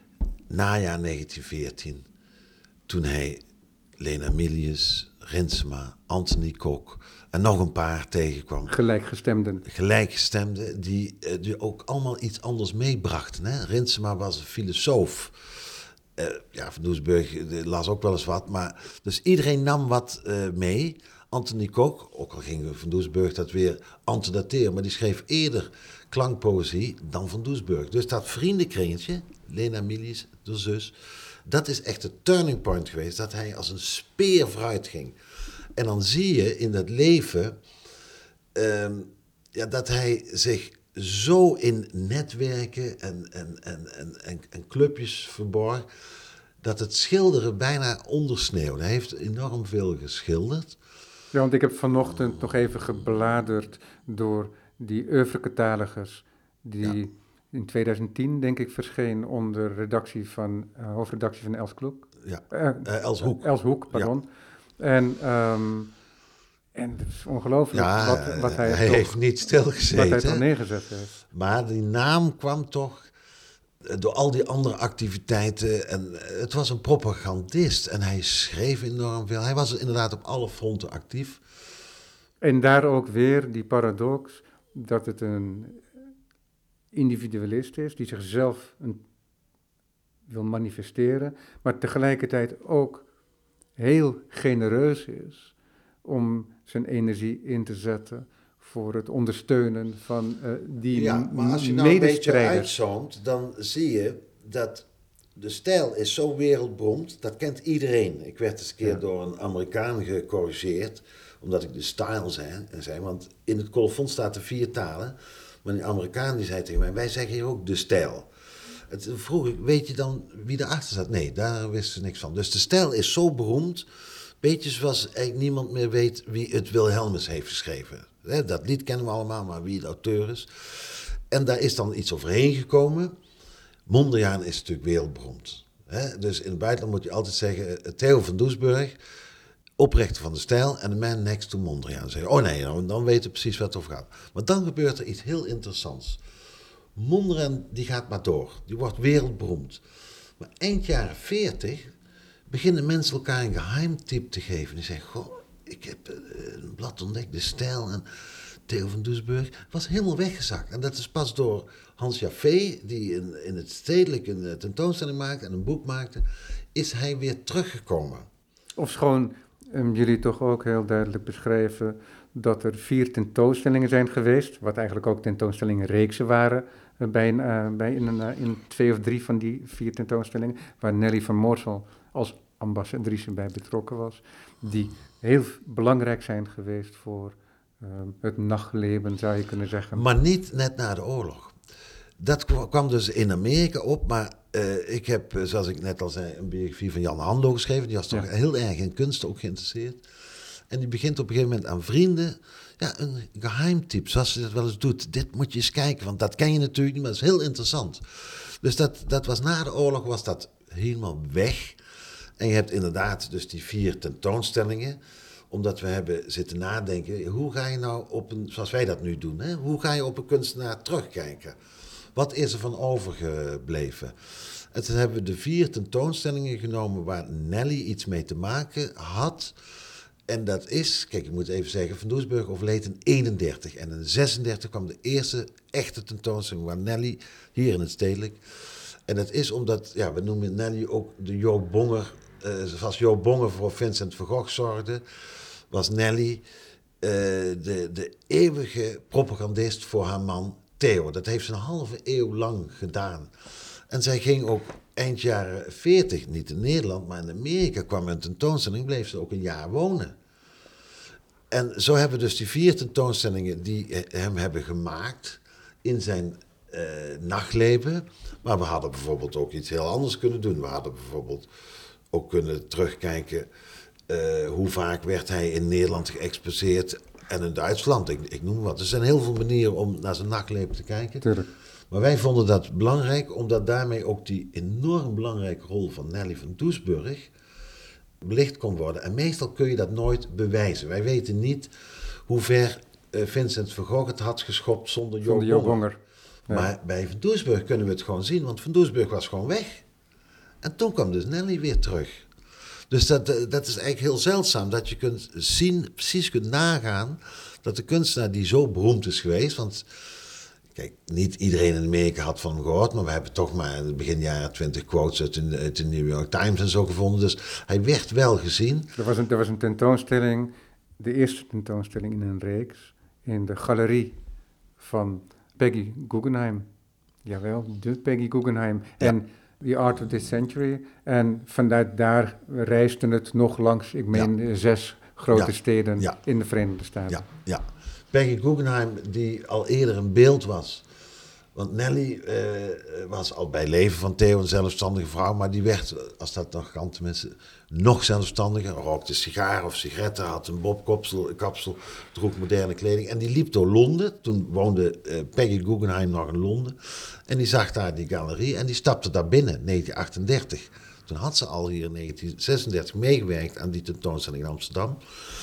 najaar negentien veertien. Toen hij Lena Milius, Rinsema, Anthony Kok en nog een paar tegenkwam. Gelijkgestemden. Gelijkgestemden, die, uh, die ook allemaal iets anders meebrachten. Hè? Rinsema was een filosoof. Uh, ja, Van Doesburg las ook wel eens wat. Maar, dus iedereen nam wat uh, mee. Anthony Kok, ook al ging Van Doesburg dat weer antedateren, maar die schreef eerder klankpoëzie dan Van Doesburg. Dus dat vriendenkringetje, Lena Milius, de zus, dat is echt de turning point geweest, dat hij als een speer vooruit ging. En dan zie je in dat leven um, ja, dat hij zich zo in netwerken en, en, en, en, en, en clubjes verborg, dat het schilderen bijna ondersneeuwde. Hij heeft enorm veel geschilderd. Ja, want ik heb vanochtend nog even gebladerd door die oeuvrecatalegers die ja. in twintig tien, denk ik, verscheen onder redactie van, uh, hoofdredactie van Els Kloek. Ja, uh, uh, Els Hoek. Els Hoek, pardon. Ja. En, um, en het is ongelooflijk ja, wat, wat hij, hij toch, heeft niet stilgezeten. Wat hij toch neergezet heeft. Maar die naam kwam toch door al die andere activiteiten. En het was een propagandist en hij schreef enorm veel. Hij was inderdaad op alle fronten actief. En daar ook weer die paradox dat het een individualist is die zichzelf een, wil manifesteren, maar tegelijkertijd ook heel genereus is om zijn energie in te zetten voor het ondersteunen van uh, die ja, maar als je nou een beetje medestrijder. uitzoomt, dan zie je dat de stijl is zo wereldberoemd, dat kent iedereen. Ik werd eens een keer ja. door een Amerikaan gecorrigeerd, omdat ik de style zei, zei, want in het colofon staat er vier talen, maar die Amerikaan die zei tegen mij, wij zeggen hier ook de stijl. Het vroeg ik, weet je dan wie erachter staat? Nee, daar wisten ze niks van. Dus de stijl is zo beroemd, beetje zoals eigenlijk niemand meer weet wie het Wilhelmus heeft geschreven. Dat lied kennen we allemaal, maar wie de auteur is. En daar is dan iets overheen gekomen. Mondriaan is natuurlijk wereldberoemd. Dus in het buitenland moet je altijd zeggen, Theo van Doesburg, oprichter van de stijl, en de man next to Mondriaan. Zeggen, oh nee, nou, dan weten we precies wat het over gaat. Maar dan gebeurt er iets heel interessants. Mondriaan die gaat maar door, die wordt wereldberoemd. Maar eind jaren veertig beginnen mensen elkaar een geheimtip te geven. Die zeggen, goh, ik heb een blad ontdekt, de stijl, en Theo van Doesburg was helemaal weggezakt. En dat is pas door Hans Jaffé, die in, in het stedelijk een tentoonstelling maakte en een boek maakte, is hij weer teruggekomen. Ofschoon um, jullie toch ook heel duidelijk beschrijven dat er vier tentoonstellingen zijn geweest, wat eigenlijk ook tentoonstellingenreeksen waren, uh, bij, een, uh, bij in, een, uh, in twee of drie van die vier tentoonstellingen, waar Nelly van Moorsel als ambassadrice bij betrokken was, die heel belangrijk zijn geweest voor uh, het nachtleven, zou je kunnen zeggen. Maar niet net na de oorlog. Dat kwam dus in Amerika op, maar uh, ik heb, zoals ik net al zei, een biografie van Jan Handel geschreven. Die was toch ja. heel erg in kunst ook geïnteresseerd. En die begint op een gegeven moment aan vrienden, ja, een geheimtip, zoals ze dat wel eens doet. Dit moet je eens kijken, want dat ken je natuurlijk niet, maar dat is heel interessant. Dus dat, dat was na de oorlog, was dat helemaal weg. En je hebt inderdaad dus die vier tentoonstellingen, omdat we hebben zitten nadenken, hoe ga je nou op een, zoals wij dat nu doen, hè? Hoe ga je op een kunstenaar terugkijken? Wat is er van overgebleven? En toen hebben we de vier tentoonstellingen genomen waar Nelly iets mee te maken had. En dat is, kijk, ik moet even zeggen, Van Doesburg overleed in eenendertig. En in zesendertig kwam de eerste echte tentoonstelling waar Nelly, hier in het Stedelijk. En dat is omdat, ja, we noemen Nelly ook de Joop Bonger, uh, zoals Joop Bonger voor Vincent van Gogh zorgde. was Nelly uh, de, de eeuwige propagandist voor haar man Theo. Dat heeft ze een halve eeuw lang gedaan. En zij ging ook eind jaren veertig, niet in Nederland, maar in Amerika, kwam een tentoonstelling, bleef ze ook een jaar wonen. En zo hebben we dus die vier tentoonstellingen die hem hebben gemaakt in zijn uh, nachtleven. Maar we hadden bijvoorbeeld ook iets heel anders kunnen doen. We hadden bijvoorbeeld ook kunnen terugkijken, uh, hoe vaak werd hij in Nederland geëxposeerd en in Duitsland. Ik, ik noem wat. Er zijn heel veel manieren om naar zijn nachtleven te kijken. Tuurlijk. Maar wij vonden dat belangrijk, omdat daarmee ook die enorm belangrijke rol van Nelly van Doesburg belicht kon worden. En meestal kun je dat nooit bewijzen. Wij weten niet hoe ver uh, Vincent van Gogh het had geschopt zonder Jo Zonder Jo Gonger. Gonger. Ja. Maar bij Van Doesburg kunnen we het gewoon zien, want Van Doesburg was gewoon weg. En toen kwam dus Nelly weer terug. Dus dat, dat is eigenlijk heel zeldzaam, dat je kunt zien, precies kunt nagaan, dat de kunstenaar die zo beroemd is geweest, want kijk, niet iedereen in Amerika had van hem gehoord, maar we hebben toch maar in het begin jaren twintig quotes uit de, uit de New York Times en zo gevonden. Dus hij werd wel gezien. Er was een, er was een tentoonstelling, de eerste tentoonstelling in een reeks, in de galerie van Peggy Guggenheim. Jawel, de Peggy Guggenheim. Ja. En The Art of this Century. En vanuit daar reisde het nog langs, ik meen, Ja. zes grote Ja. steden Ja. in de Verenigde Staten. Ja, ja. Peggy Guggenheim, die al eerder een beeld was. Want Nelly uh, was al bij leven van Theo een zelfstandige vrouw, maar die werd, als dat nog kan tenminste, nog zelfstandiger. Rookte sigaren of sigaretten, had een bobkapsel, kapsel, droeg moderne kleding. En die liep door Londen. Toen woonde uh, Peggy Guggenheim nog in Londen. En die zag daar die galerie en die stapte daar binnen, negentien achtendertig. Toen had ze al hier in negentien zesendertig meegewerkt aan die tentoonstelling in Amsterdam.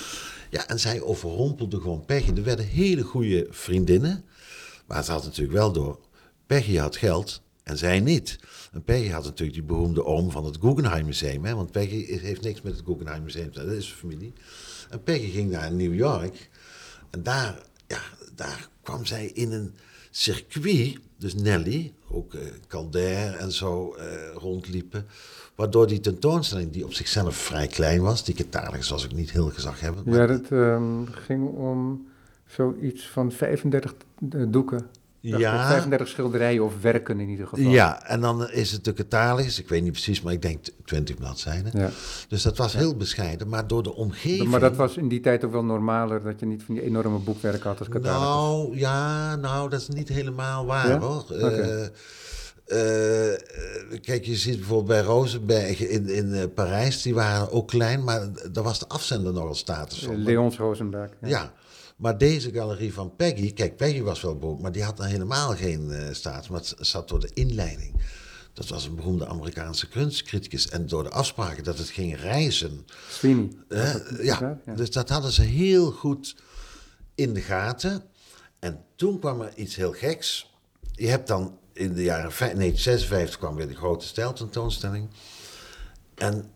Ja, en zij overrompelde gewoon Peggy. Er werden hele goede vriendinnen. Maar het had natuurlijk wel door. Peggy had geld en zij niet. En Peggy had natuurlijk die beroemde oom van het Guggenheim Museum. Hè? Want Peggy heeft niks met het Guggenheim Museum. Dat is zijn familie. En Peggy ging naar New York. En daar, ja, daar kwam zij in een circuit. Dus Nelly, ook uh, Calder en zo uh, rondliepen. Waardoor die tentoonstelling, die op zichzelf vrij klein was. Die catalogus was ook niet heel gezaghebbend. Ja, dat um, ging om zoiets van vijfendertig doeken. Ja. vijfendertig schilderijen of werken in ieder geval. Ja, en dan is het de catalogus, ik weet niet precies, maar ik denk twintig bladzijden. Ja. Dus dat was heel bescheiden, maar door de omgeving... Maar dat was in die tijd ook wel normaler, dat je niet van die enorme boekwerken had als catalogus. Nou, ja, nou, dat is niet helemaal waar, ja? hoor. Okay. Uh, Uh, kijk, je ziet bijvoorbeeld bij Rosenberg in, in uh, Parijs, die waren ook klein, maar daar was de afzender nogal status van. Leons Rosenberg. Ja. ja, maar deze galerie van Peggy, kijk, Peggy was wel beroemd, maar die had dan helemaal geen uh, status, maar het zat door de inleiding. Dat was een beroemde Amerikaanse kunstcriticus en door de afspraken dat het ging reizen. Sweeney. Uh, ja, ja, dus dat hadden ze heel goed in de gaten. En toen kwam er iets heel geks. Je hebt dan in de jaren negentien zesenvijftig kwam weer de grote stijltentoonstelling. En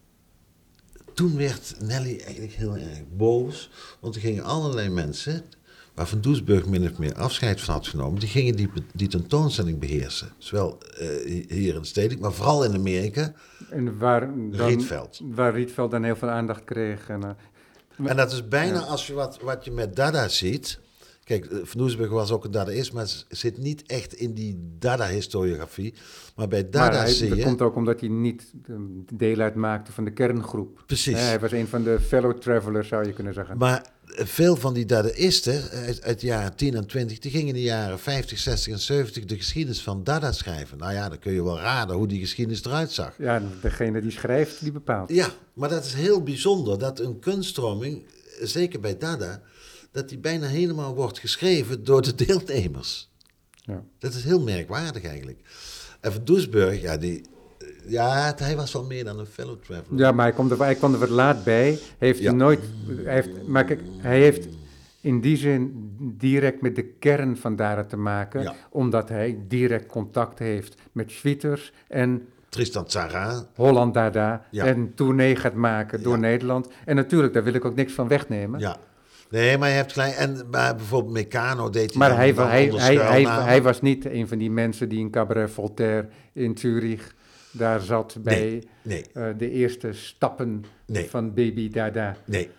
toen werd Nelly eigenlijk heel erg boos. Want er gingen allerlei mensen, waar Van Doesburg min of meer afscheid van had genomen, die gingen die, die tentoonstelling beheersen. Zowel uh, hier in Stedelijk, maar vooral in Amerika. En waar dan, Rietveld. Waar Rietveld dan heel veel aandacht kreeg. En, uh, en dat is bijna ja. als je wat, wat je met Dada ziet. Kijk, Van Doesburg was ook een Dadaïst, maar zit niet echt in die Dada-historiografie. Maar bij Dada maar hij, zie je... Dat komt ook omdat hij niet deel uitmaakte van de kerngroep. Precies. Hij was een van de fellow travelers, zou je kunnen zeggen. Maar veel van die Dadaïsten uit, uit de jaren tien en twintig... die gingen in de jaren vijftig, zestig en zeventig de geschiedenis van Dada schrijven. Nou ja, dan kun je wel raden hoe die geschiedenis eruit zag. Ja, degene die schrijft, die bepaalt. Ja, maar dat is heel bijzonder dat een kunststroming, zeker bij Dada, dat die bijna helemaal wordt geschreven door de deelnemers. Ja. Dat is heel merkwaardig eigenlijk. En Van Doesburg, ja, die, ja, hij was wel meer dan een fellow traveler. Ja, maar hij, komt er, hij kwam er wat laat bij. Heeft ja. hij nooit... Hij heeft, maar kijk, hij heeft in die zin direct met de kern van Dada te maken, ja. omdat hij direct contact heeft met Schwitters en Tristan Tzara. Holland Dada ja. en tournee gaat maken door ja. Nederland. En natuurlijk, daar wil ik ook niks van wegnemen. Ja. Nee, maar je hebt gelijk. En maar bijvoorbeeld Meccano deed hij. Maar hij, hij, hij, hij, hij was niet een van die mensen die in Cabaret Voltaire in Zurich daar zat bij nee, nee. Uh, de eerste stappen nee. van Baby Dada. Nee. Nee,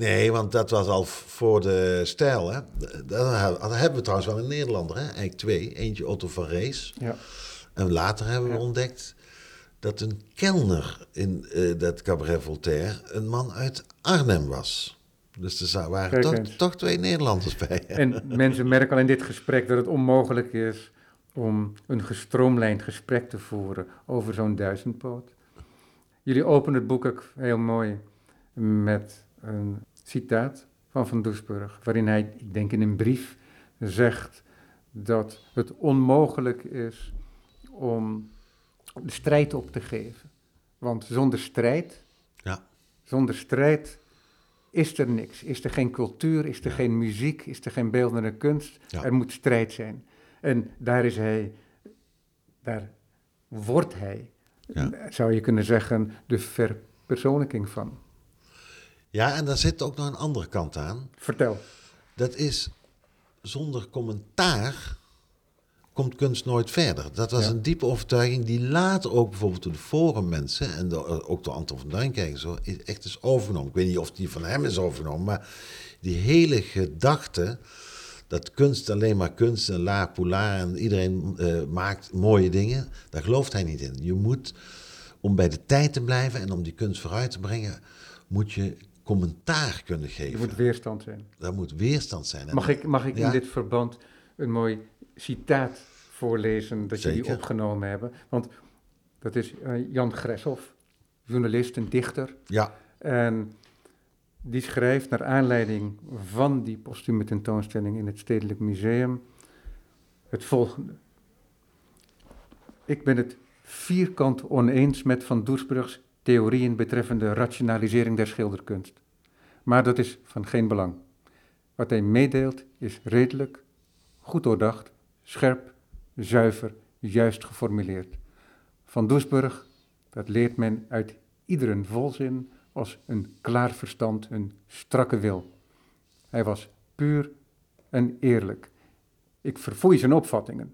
Nee, want dat was al voor de stijl. Hè? Dat hebben we trouwens wel een Nederlander, hè? Eigenlijk twee. Eentje Otto van Rees. Ja. En later hebben we Ja. ontdekt dat een kelner in uh, dat Cabaret Voltaire een man uit Arnhem was. Dus er waren toch, toch twee Nederlanders bij. En mensen merken al in dit gesprek dat het onmogelijk is om een gestroomlijnd gesprek te voeren over zo'n duizendpoot. Jullie openen het boek ook heel mooi met een citaat van Van Doesburg, waarin hij, ik denk in een brief, zegt dat het onmogelijk is om de strijd op te geven. Want zonder strijd, ja. zonder strijd is er niks. Is er geen cultuur, is er ja. geen muziek, is er geen beeldende kunst. Ja. Er moet strijd zijn. En daar is hij, daar wordt hij, ja. zou je kunnen zeggen, de verpersoonlijking van. Ja, en daar zit ook nog een andere kant aan. Vertel. Dat is, zonder commentaar komt kunst nooit verder. Dat was ja. een diepe overtuiging die later ook bijvoorbeeld door de Forum-mensen en door, ook door Anton van Duinkerk zo echt is overgenomen. Ik weet niet of die van hem is overgenomen, maar die hele gedachte dat kunst alleen maar kunst en la poulaar en iedereen uh, maakt mooie dingen, daar gelooft hij niet in. Je moet, om bij de tijd te blijven en om die kunst vooruit te brengen, moet je commentaar kunnen geven. Er moet weerstand zijn. Er moet weerstand zijn. Mag ik, mag ik ja? in dit verband een mooi citaat voorlezen dat Zeker. jullie opgenomen hebben? Want dat is uh, Jan Greshoff, journalist en dichter. Ja. En die schrijft naar aanleiding van die postume tentoonstelling in het Stedelijk Museum het volgende. Ik ben het vierkant oneens met Van Doesburgs theorieën betreffende rationalisering der schilderkunst. Maar dat is van geen belang. Wat hij meedeelt is redelijk, goed doordacht, scherp, zuiver, juist geformuleerd. Van Doesburg, dat leert men uit iedere volzin als een klaar verstand, een strakke wil. Hij was puur en eerlijk. Ik verfoei zijn opvattingen.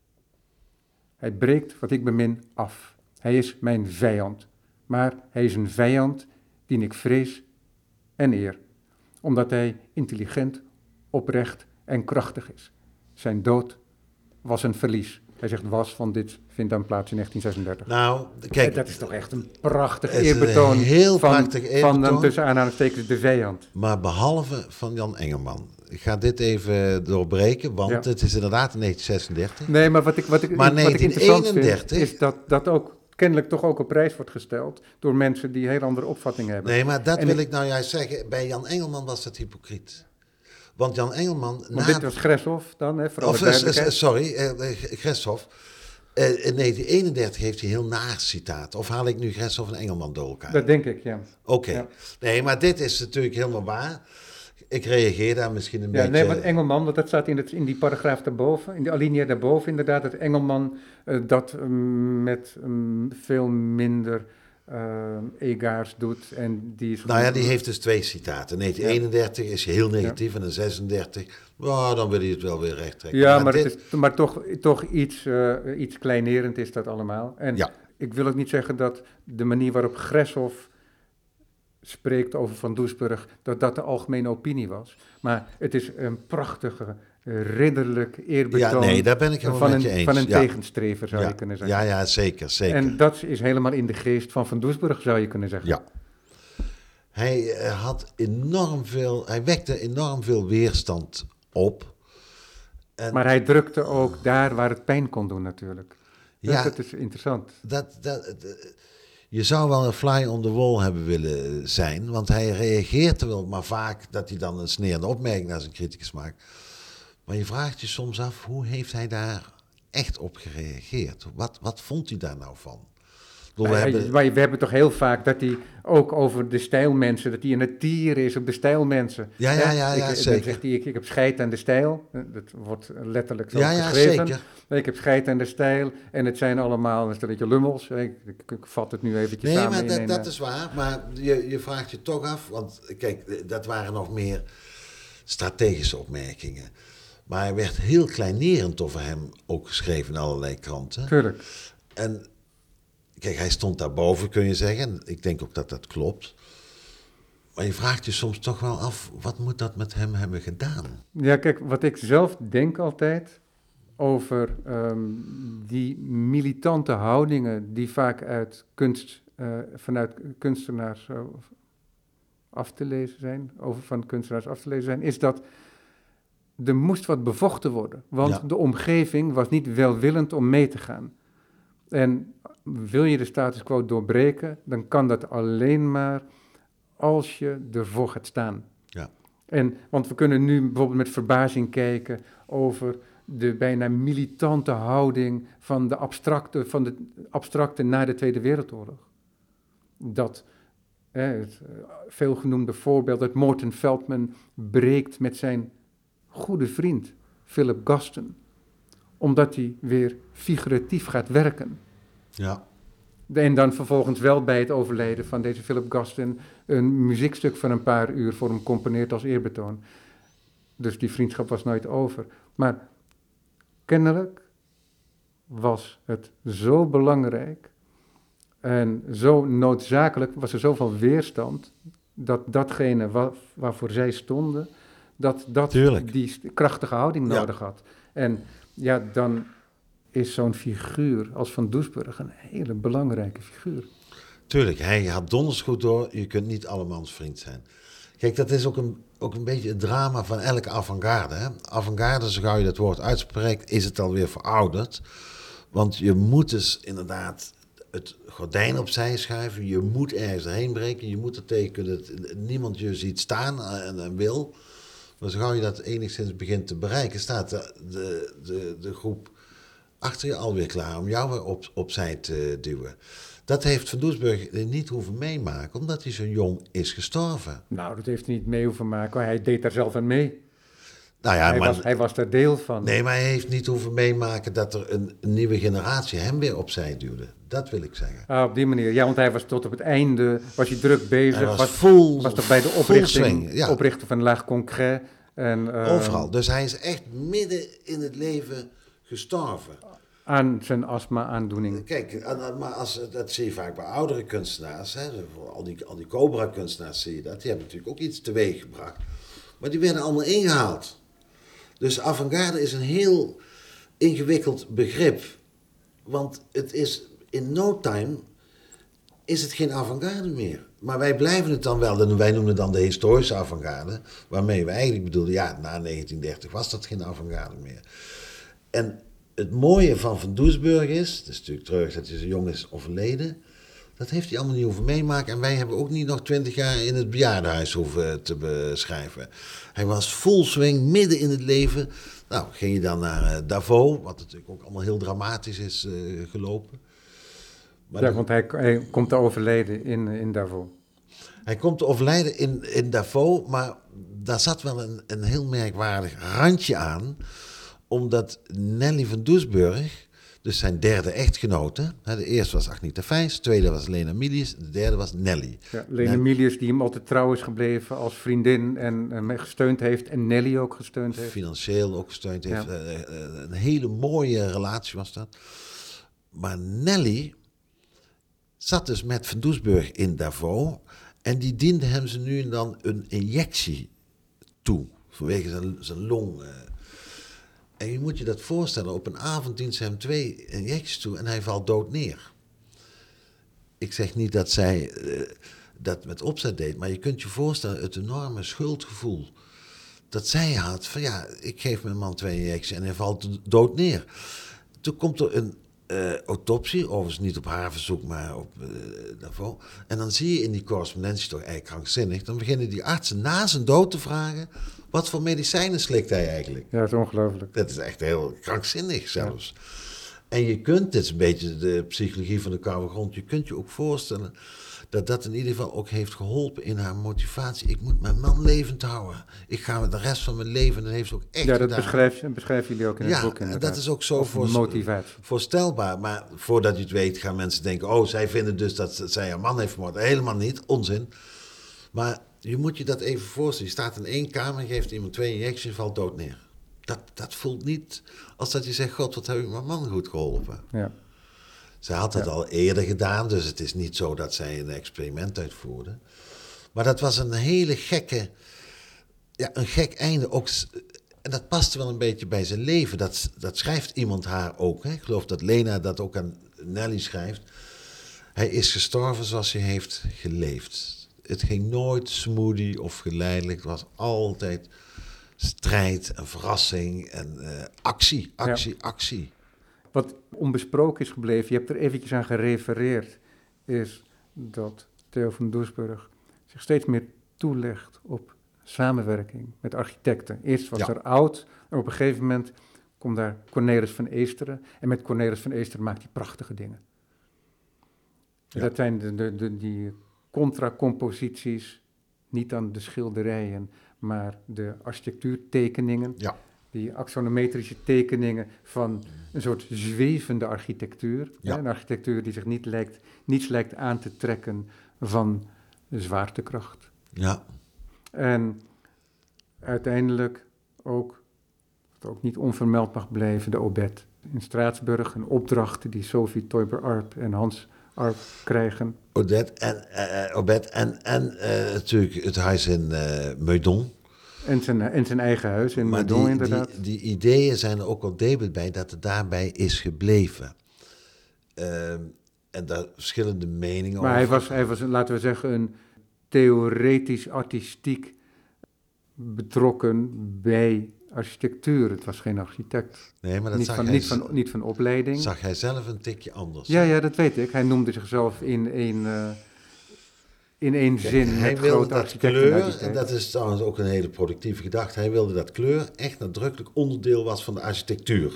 Hij breekt wat ik bemin af. Hij is mijn vijand. Maar hij is een vijand die ik vrees en eer, omdat hij intelligent, oprecht en krachtig is. Zijn dood was een verlies. Hij zegt was, van dit vindt dan plaats in negentien zesendertig. Nou, kijk, dat is toch echt een prachtig eerbetoon een heel van, prachtig eerbetoon, van tussen aanhalingstekens de vijand. Maar behalve van Jan Engelman. Ik ga dit even doorbreken, want ja. het is inderdaad in negentien zesendertig. Nee, maar wat ik, wat ik, maar wat ik interessant vind, is dat dat ook kennelijk toch ook op prijs wordt gesteld door mensen die een heel andere opvatting hebben. Nee, maar dat en wil ik, ik nou juist zeggen. Bij Jan Engelman was dat hypocriet. Want Jan Engelman... Want na... dit was Greshoff dan, hè? Of, uh, sorry, uh, Greshoff. Uh, in negentien eenendertig heeft hij heel naar citaat. Of haal ik nu Greshoff en Engelman door elkaar? Dat denk ik, ja. Oké. Okay. Ja. Nee, maar dit is natuurlijk helemaal waar. Ik reageer daar misschien een ja, beetje... Nee, want Engelman, want dat staat in, het, in die paragraaf daarboven, in de alinea daarboven inderdaad, dat Engelman uh, dat um, met um, veel minder uh, egaars doet. En die is nou ja, die heeft dus twee citaten. negentien eenendertig ja. is heel negatief ja. en in zesendertig, oh, dan wil hij het wel weer recht trekken. Ja, maar, maar, dit... het is, maar toch, toch iets, uh, iets kleinerend is dat allemaal. En ja. ik wil ook niet zeggen dat de manier waarop Greshoff spreekt over Van Doesburg, dat dat de algemene opinie was. Maar het is een prachtige, ridderlijk eerbetoon ja, nee, daar ben ik van een, met je eens. van een ja. tegenstrever, zou ja. je kunnen zeggen. Ja, ja, zeker, zeker. En dat is helemaal in de geest van Van Doesburg, zou je kunnen zeggen. Ja. Hij uh, had enorm veel, hij wekte enorm veel weerstand op. En maar hij drukte ook daar waar het pijn kon doen natuurlijk. Ja, dat is interessant. Dat, dat, dat, je zou wel een fly on the wall hebben willen zijn, want hij reageert er wel maar vaak dat hij dan een sneerende opmerking naar zijn criticus maakt. Maar je vraagt je soms af, hoe heeft hij daar echt op gereageerd? Wat, wat vond hij daar nou van? Nou, we, hebben... Maar we hebben toch heel vaak dat hij ook over de stijlmensen, dat hij een tier is op de stijlmensen. Ja, ja, ja, ja ik, zeker. Dan zegt hij, ik, ik heb scheid aan de stijl. Dat wordt letterlijk zo ja, ja, geschreven. Zeker. Ik heb scheid aan de stijl en het zijn allemaal een stelletje lummels. Ik, ik, ik vat het nu eventjes nee, samen. Nee, maar dat, dat is waar. Maar je, je vraagt je toch af, want kijk, dat waren nog meer strategische opmerkingen. Maar hij werd heel kleinerend over hem ook geschreven in allerlei kranten. Tuurlijk. En kijk, hij stond daarboven, kun je zeggen. Ik denk ook dat dat klopt. Maar je vraagt je soms toch wel af, wat moet dat met hem hebben gedaan? Ja, kijk, wat ik zelf denk altijd over um, die militante houdingen die vaak uit kunst, uh, vanuit kunstenaars uh, af te lezen zijn, over van kunstenaars af te lezen zijn, is dat er moest wat bevochten worden. Want ja. de omgeving was niet welwillend om mee te gaan. En wil je de status quo doorbreken, dan kan dat alleen maar als je ervoor gaat staan. Ja. En, want we kunnen nu bijvoorbeeld met verbazing kijken over de bijna militante houding van de abstracte, van de abstracte na de Tweede Wereldoorlog. Dat, eh, het veelgenoemde voorbeeld dat Morton Feldman breekt met zijn goede vriend Philip Gaston, omdat hij weer figuratief gaat werken. Ja. En dan vervolgens wel bij het overlijden van deze Philip Gaston een muziekstuk van een paar uur voor hem componeert als eerbetoon. Dus die vriendschap was nooit over. Maar kennelijk was het zo belangrijk en zo noodzakelijk, was er zoveel weerstand, dat datgene waar, waarvoor zij stonden, dat dat Tuurlijk. die krachtige houding Ja. nodig had. En ja, dan is zo'n figuur als Van Doesburg een hele belangrijke figuur. Tuurlijk, hij had donders goed door, je kunt niet allemans vriend zijn. Kijk, dat is ook een, ook een beetje het drama van elke avant-garde. Hè? Avant-garde, zo gauw je dat woord uitspreekt, is het alweer verouderd. Want je moet dus inderdaad het gordijn opzij schuiven, je moet ergens erheen breken, je moet er tegen kunnen dat niemand je ziet staan en, en wil. Maar zo gauw je dat enigszins begint te bereiken, staat de, de, de, de groep achter je alweer klaar om jou weer op, opzij te duwen. Dat heeft Van Doesburg niet hoeven meemaken, omdat hij zo jong is gestorven. Nou, dat heeft hij niet mee hoeven maken, hij deed daar zelf aan mee. Nou ja, hij, maar, was, hij was daar deel van. Nee, maar hij heeft niet hoeven meemaken dat er een, een nieuwe generatie hem weer opzij duwde. Dat wil ik zeggen. Ah, op die manier. Ja, want hij was tot op het einde, was hij druk bezig. Hij was, was vol, was toch bij de oprichting, swing, ja. oprichting van Laag Concret. En, uh, Overal. Dus hij is echt midden in het leven gestorven. Aan zijn astma-aandoening. Kijk, maar als, dat zie je vaak bij oudere kunstenaars. Hè, al die, al die Cobra-kunstenaars zie je dat. Die hebben natuurlijk ook iets teweeg gebracht. Maar die werden allemaal ingehaald. Dus avant-garde is een heel ingewikkeld begrip. Want het is in no time is het geen avant-garde meer. Maar wij blijven het dan wel, wij noemen het dan de historische avant-garde, waarmee we eigenlijk bedoelden, ja, na negentien dertig was dat geen avant-garde meer. En het mooie van Van Doesburg is, het is natuurlijk terug dat hij zo jong is overleden, dat heeft hij allemaal niet hoeven meemaken. En wij hebben ook niet nog twintig jaar in het bejaardenhuis hoeven te beschrijven. Hij was full swing, midden in het leven. Nou, ging je dan naar uh, Davos, wat natuurlijk ook allemaal heel dramatisch is uh, gelopen. Maar ja, de, want hij, hij komt te overlijden in, in Davos. Hij komt te overlijden in, in Davos, maar daar zat wel een, een heel merkwaardig randje aan. Omdat Nelly Van Doesburg, dus zijn derde echtgenote, hè, de eerste was Agnita Fijns, de tweede was Lena Milius, de derde was Nelly. Ja, Lena Nelly. Milius die hem altijd trouw is gebleven als vriendin en hem gesteund heeft en Nelly ook gesteund heeft. Financieel ook gesteund heeft. Ja. Uh, uh, een hele mooie relatie was dat. Maar Nelly zat dus met Van Doesburg in Davos en die diende hem ze nu en dan een injectie toe, vanwege zijn, zijn long. Uh. En je moet je dat voorstellen, op een avond dient ze hem twee injecties toe en hij valt dood neer. Ik zeg niet dat zij uh, dat met opzet deed, maar je kunt je voorstellen het enorme schuldgevoel dat zij had van ja, ik geef mijn man twee injecties en hij valt dood neer. Toen komt er een Uh, autopsie, overigens niet op haar verzoek, maar op uh, daarvoor. En dan zie je in die correspondentie toch eigenlijk krankzinnig. Dan beginnen die artsen na zijn dood te vragen, wat voor medicijnen slikt hij eigenlijk? Ja, dat is ongelooflijk. Dat is echt heel krankzinnig zelfs. Ja. En je kunt, dit is een beetje de psychologie van de koude grond, je kunt je ook voorstellen dat dat in ieder geval ook heeft geholpen in haar motivatie. Ik moet mijn man levend houden. Ik ga de rest van mijn leven, dat heeft ze ook echt Ja, dat beschrijven, beschrijven jullie ook in ja, het boek. Ja, dat is ook zo voor, motivatie. voorstelbaar. Maar voordat je het weet gaan mensen denken, oh, zij vinden dus dat zij haar man heeft vermoord. Helemaal niet, onzin. Maar je moet je dat even voorstellen. Je staat in één kamer, geeft iemand twee injecties en valt dood neer. Dat, dat voelt niet als dat je zegt, god, wat heb ik mijn man goed geholpen. Ja. Zij had het ja. al eerder gedaan, dus het is niet zo dat zij een experiment uitvoerde. Maar dat was een hele gekke, ja, een gek einde. Ook, en dat paste wel een beetje bij zijn leven. Dat, dat schrijft iemand haar ook. Hè? Ik geloof dat Lena dat ook aan Nelly schrijft. Hij is gestorven zoals hij heeft geleefd. Het ging nooit smoothie of geleidelijk. Het was altijd strijd en verrassing en uh, actie, actie, ja. actie. Wat onbesproken is gebleven, je hebt er eventjes aan gerefereerd, is dat Theo van Doesburg zich steeds meer toelegt op samenwerking met architecten. Eerst was ja. er Oud en op een gegeven moment komt daar Cornelis van Eesteren. En met Cornelis van Eesteren maakt hij prachtige dingen. Ja. Dat zijn de, de, de, die contracomposities, niet dan de schilderijen, maar de architectuurtekeningen. Ja. Die axonometrische tekeningen van een soort zwevende architectuur. Ja. Hè? Een architectuur die zich niet lijkt, niets lijkt aan te trekken van de zwaartekracht. Ja. En uiteindelijk ook, wat ook niet onvermeld mag blijven, de Obed in Straatsburg. Een opdracht die Sophie Teuber-Arp en Hans Arp krijgen. Odette en, uh, Obed en, en uh, natuurlijk het huis in uh, Meudon. En zijn, en zijn eigen huis in Meudon, die, inderdaad. Die, die ideeën zijn er ook wel debet bij dat het daarbij is gebleven. Uh, en daar verschillende meningen maar over. Hij was, hij was, laten we zeggen, een theoretisch artistiek betrokken bij architectuur. Het was geen architect. Nee, maar dat niet, zag van, hij, niet, van, niet van opleiding. Zag hij zelf een tikje anders. Ja, ja, dat weet ik. Hij noemde zichzelf in één, uh, in één Kijk, zin hij met wilde grote dat kleur, architecten. en dat is trouwens ook een hele productieve gedachte. Hij wilde dat kleur echt nadrukkelijk onderdeel was van de architectuur.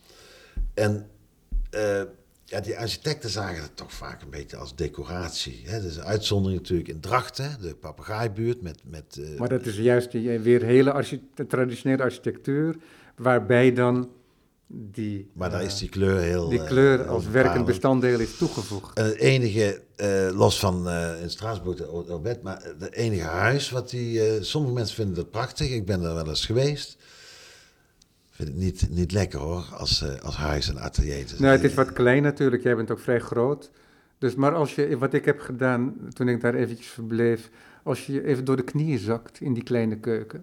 En uh, ja, die architecten zagen het toch vaak een beetje als decoratie. Hè? Dat is een uitzondering natuurlijk in Drachten, de papegaaibuurt. Met, met, uh, maar dat is juist die, weer hele archi- traditionele architectuur, waarbij dan die... Maar daar uh, is die kleur heel... Die kleur uh, als werkend bestanddeel is toegevoegd. Het uh, enige, uh, los van uh, in Straatsburg, de Obed, maar het enige huis wat die... Uh, sommige mensen vinden dat prachtig, ik ben er wel eens geweest. Ik vind het niet, niet lekker hoor, als, uh, als huis en atelier. Dus nou, het is wat klein natuurlijk, jij bent ook vrij groot. Dus, maar als je, wat ik heb gedaan toen ik daar eventjes verbleef, als je even door de knieën zakt in die kleine keuken,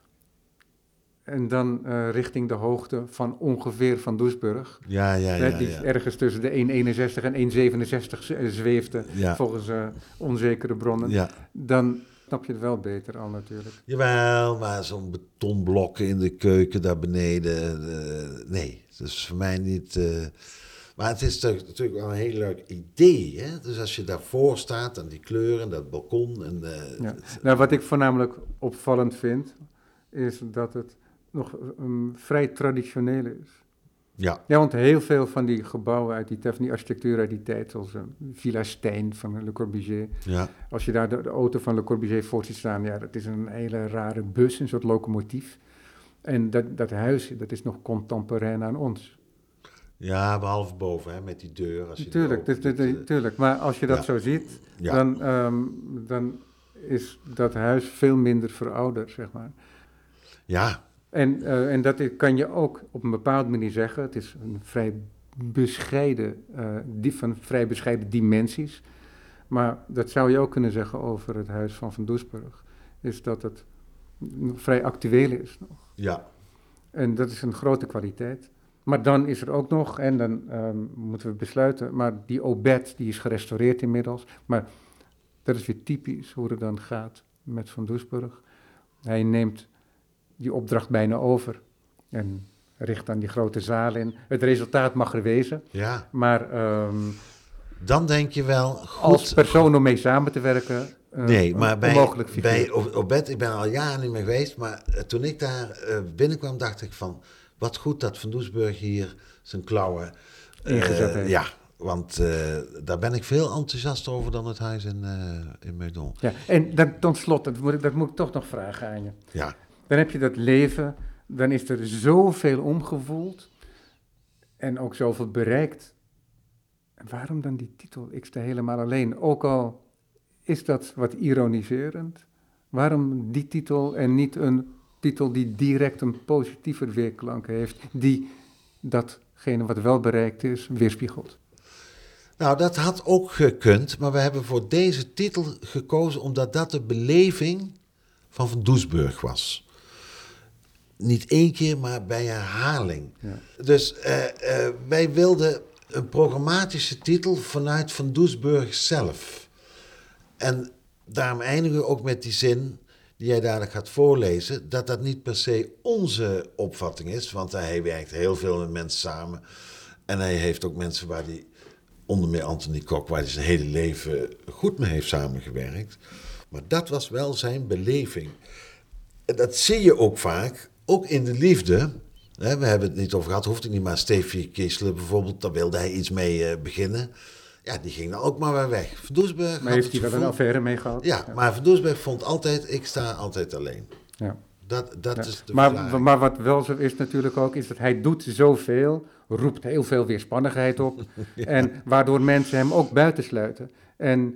en dan uh, richting de hoogte van ongeveer Van Doesburg, ja, ja, ja, die ja. ergens tussen de één komma eenenzestig en één komma zevenenzestig zweefde, ja. volgens uh, onzekere bronnen, ja. dan snap je het wel beter al natuurlijk. Jawel, maar zo'n betonblokken in de keuken daar beneden, uh, nee, dat is voor mij niet... Uh, maar het is natuurlijk wel een heel leuk idee, hè? Dus als je daarvoor staat en die kleuren, dat balkon en... Uh, ja. het, nou, wat ik voornamelijk opvallend vind, is dat het nog um, vrij traditioneel is. Ja. Ja, want heel veel van die gebouwen uit die, van die architectuur uit die tijd, zoals uh, Villa Stein van Le Corbusier. Ja. Als je daar de, de auto van Le Corbusier voor ziet staan, ja, dat is een hele rare bus, een soort locomotief. En dat, dat huis, dat is nog contemporain aan ons. Ja, behalve boven, hè, met die deur. Als je tuurlijk, opent, dus, uh, tuurlijk, maar als je dat ja. zo ziet, ja. dan, um, dan is dat huis veel minder verouderd, zeg maar. Ja. En, uh, en dat kan je ook op een bepaalde manier zeggen. Het is een vrij bescheiden, uh, die van vrij bescheiden dimensies. Maar dat zou je ook kunnen zeggen over het huis van Van Doesburg. Is dat het vrij actueel is nog. Ja. En dat is een grote kwaliteit. Maar dan is er ook nog, en dan um, moeten we besluiten, maar die Obed die is gerestaureerd inmiddels. Maar dat is weer typisch hoe het dan gaat met Van Doesburg. Hij neemt die opdracht bijna over en richt dan die grote zaal in. Het resultaat mag er wezen, ja. maar um, dan denk je wel goed, als persoon om mee samen te werken, uh, nee, maar bij, onmogelijk figuur. Bij Obed, ik ben al jaren niet meer geweest, maar uh, toen ik daar uh, binnenkwam, dacht ik van, wat goed dat Van Doesburg hier zijn klauwen uh, ingezet heeft. Ja, want uh, daar ben ik veel enthousiaster over dan het huis in, uh, in Meudon. Ja, en dan, tot slot, dat moet, ik, dat moet ik toch nog vragen aan je. Ja. Dan heb je dat leven, dan is er zoveel omgevoeld en ook zoveel bereikt. En waarom dan die titel, Ik sta helemaal alleen? Ook al is dat wat ironiserend, waarom die titel en niet een titel die direct een positiever weerklank heeft, die datgene wat wel bereikt is, weerspiegelt? Nou, dat had ook gekund, maar we hebben voor deze titel gekozen omdat dat de beleving van Van Doesburg was. Niet één keer, maar bij herhaling. Ja. Dus uh, uh, wij wilden een programmatische titel vanuit Van Doesburg zelf. En daarom eindigen we ook met die zin die jij dadelijk gaat voorlezen, dat dat niet per se onze opvatting is, want hij werkt heel veel met mensen samen. En hij heeft ook mensen waar hij, onder meer Anthony Kok, waar hij zijn hele leven goed mee heeft samengewerkt. Maar dat was wel zijn beleving. En dat zie je ook vaak, ook in de liefde. Hè, we hebben het niet over gehad, hoeft het niet, maar Steffi Kissler bijvoorbeeld, daar wilde hij iets mee uh, beginnen. Ja, die ging dan ook maar weer weg. Van Doesburg maar heeft hij wel een affaire mee gehad? Ja, ja, maar Van Doesburg vond altijd, ik sta altijd alleen. Ja. Dat, dat ja. is de maar, maar wat wel zo is natuurlijk ook, is dat hij doet zoveel, roept heel veel weerspannigheid op. ja. En waardoor mensen hem ook buitensluiten. En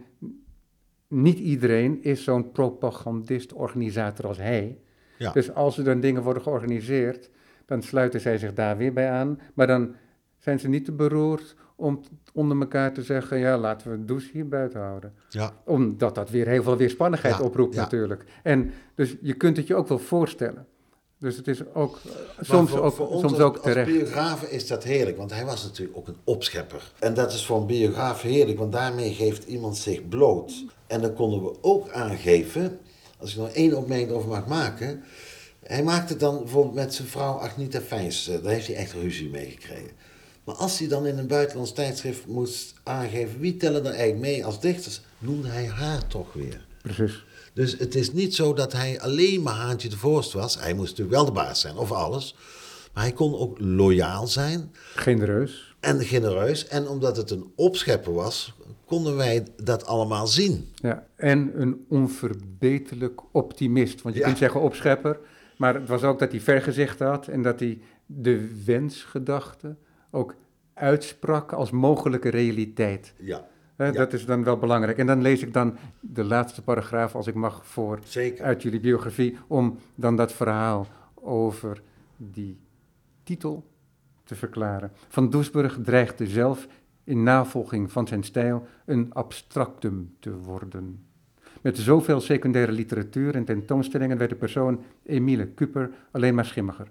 niet iedereen is zo'n propagandist, organisator als hij. Ja. Dus als er dan dingen worden georganiseerd, dan sluiten zij zich daar weer bij aan. Maar dan zijn ze niet te beroerd om onder elkaar te zeggen, ja, laten we Does hier buiten houden. Ja. Omdat dat weer heel veel weerspannigheid ja, oproept ja. natuurlijk. En dus je kunt het je ook wel voorstellen. Dus het is ook uh, soms, voor, ook, voor soms ons ook als, terecht. Als biografen is dat heerlijk, want hij was natuurlijk ook een opschepper. En dat is voor een biograaf heerlijk, want daarmee geeft iemand zich bloot. En dan konden we ook aangeven, als ik nog één opmerking over mag maken. Hij maakte dan bijvoorbeeld met zijn vrouw Agnita Feins, daar heeft hij echt ruzie mee gekregen. Maar als hij dan in een buitenlands tijdschrift moest aangeven wie tellen er eigenlijk mee als dichters, noemde hij haar toch weer. Precies. Dus het is niet zo dat hij alleen maar Haantje de Voorst was. Hij moest natuurlijk wel de baas zijn, of alles. Maar hij kon ook loyaal zijn. Genereus. En genereus. En omdat het een opschepper was, konden wij dat allemaal zien. Ja, en een onverbeterlijk optimist. Want je ja. kunt zeggen opschepper, maar het was ook dat hij vergezicht had en dat hij de wensgedachte ook uitsprak als mogelijke realiteit. Ja. He, ja. Dat is dan wel belangrijk. En dan lees ik dan de laatste paragraaf, als ik mag, voor Zeker. uit jullie biografie, om dan dat verhaal over die titel te verklaren. Van Doesburg dreigde zelf in navolging van zijn stijl een abstractum te worden. Met zoveel secundaire literatuur en tentoonstellingen werd de persoon Emile Kuper alleen maar schimmiger.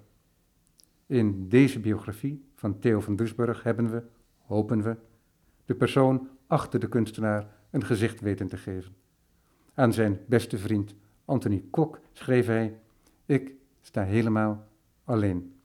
In deze biografie van Theo van Doesburg hebben we, hopen we, de persoon achter de kunstenaar een gezicht weten te geven. Aan zijn beste vriend Anthony Kok schreef hij, ik sta helemaal alleen.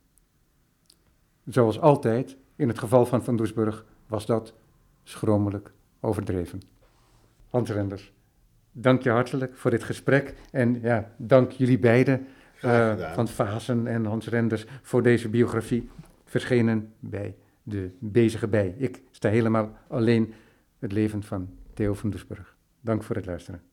Zoals altijd, in het geval van Van Doesburg, was dat schromelijk overdreven. Hans Renders, dank je hartelijk voor dit gesprek en ja, dank jullie beiden, uh, Van Vaassen en Hans Renders, voor deze biografie, verschenen bij De Bezige Bij. Ik sta helemaal alleen, het leven van Theo van Doesburg. Dank voor het luisteren.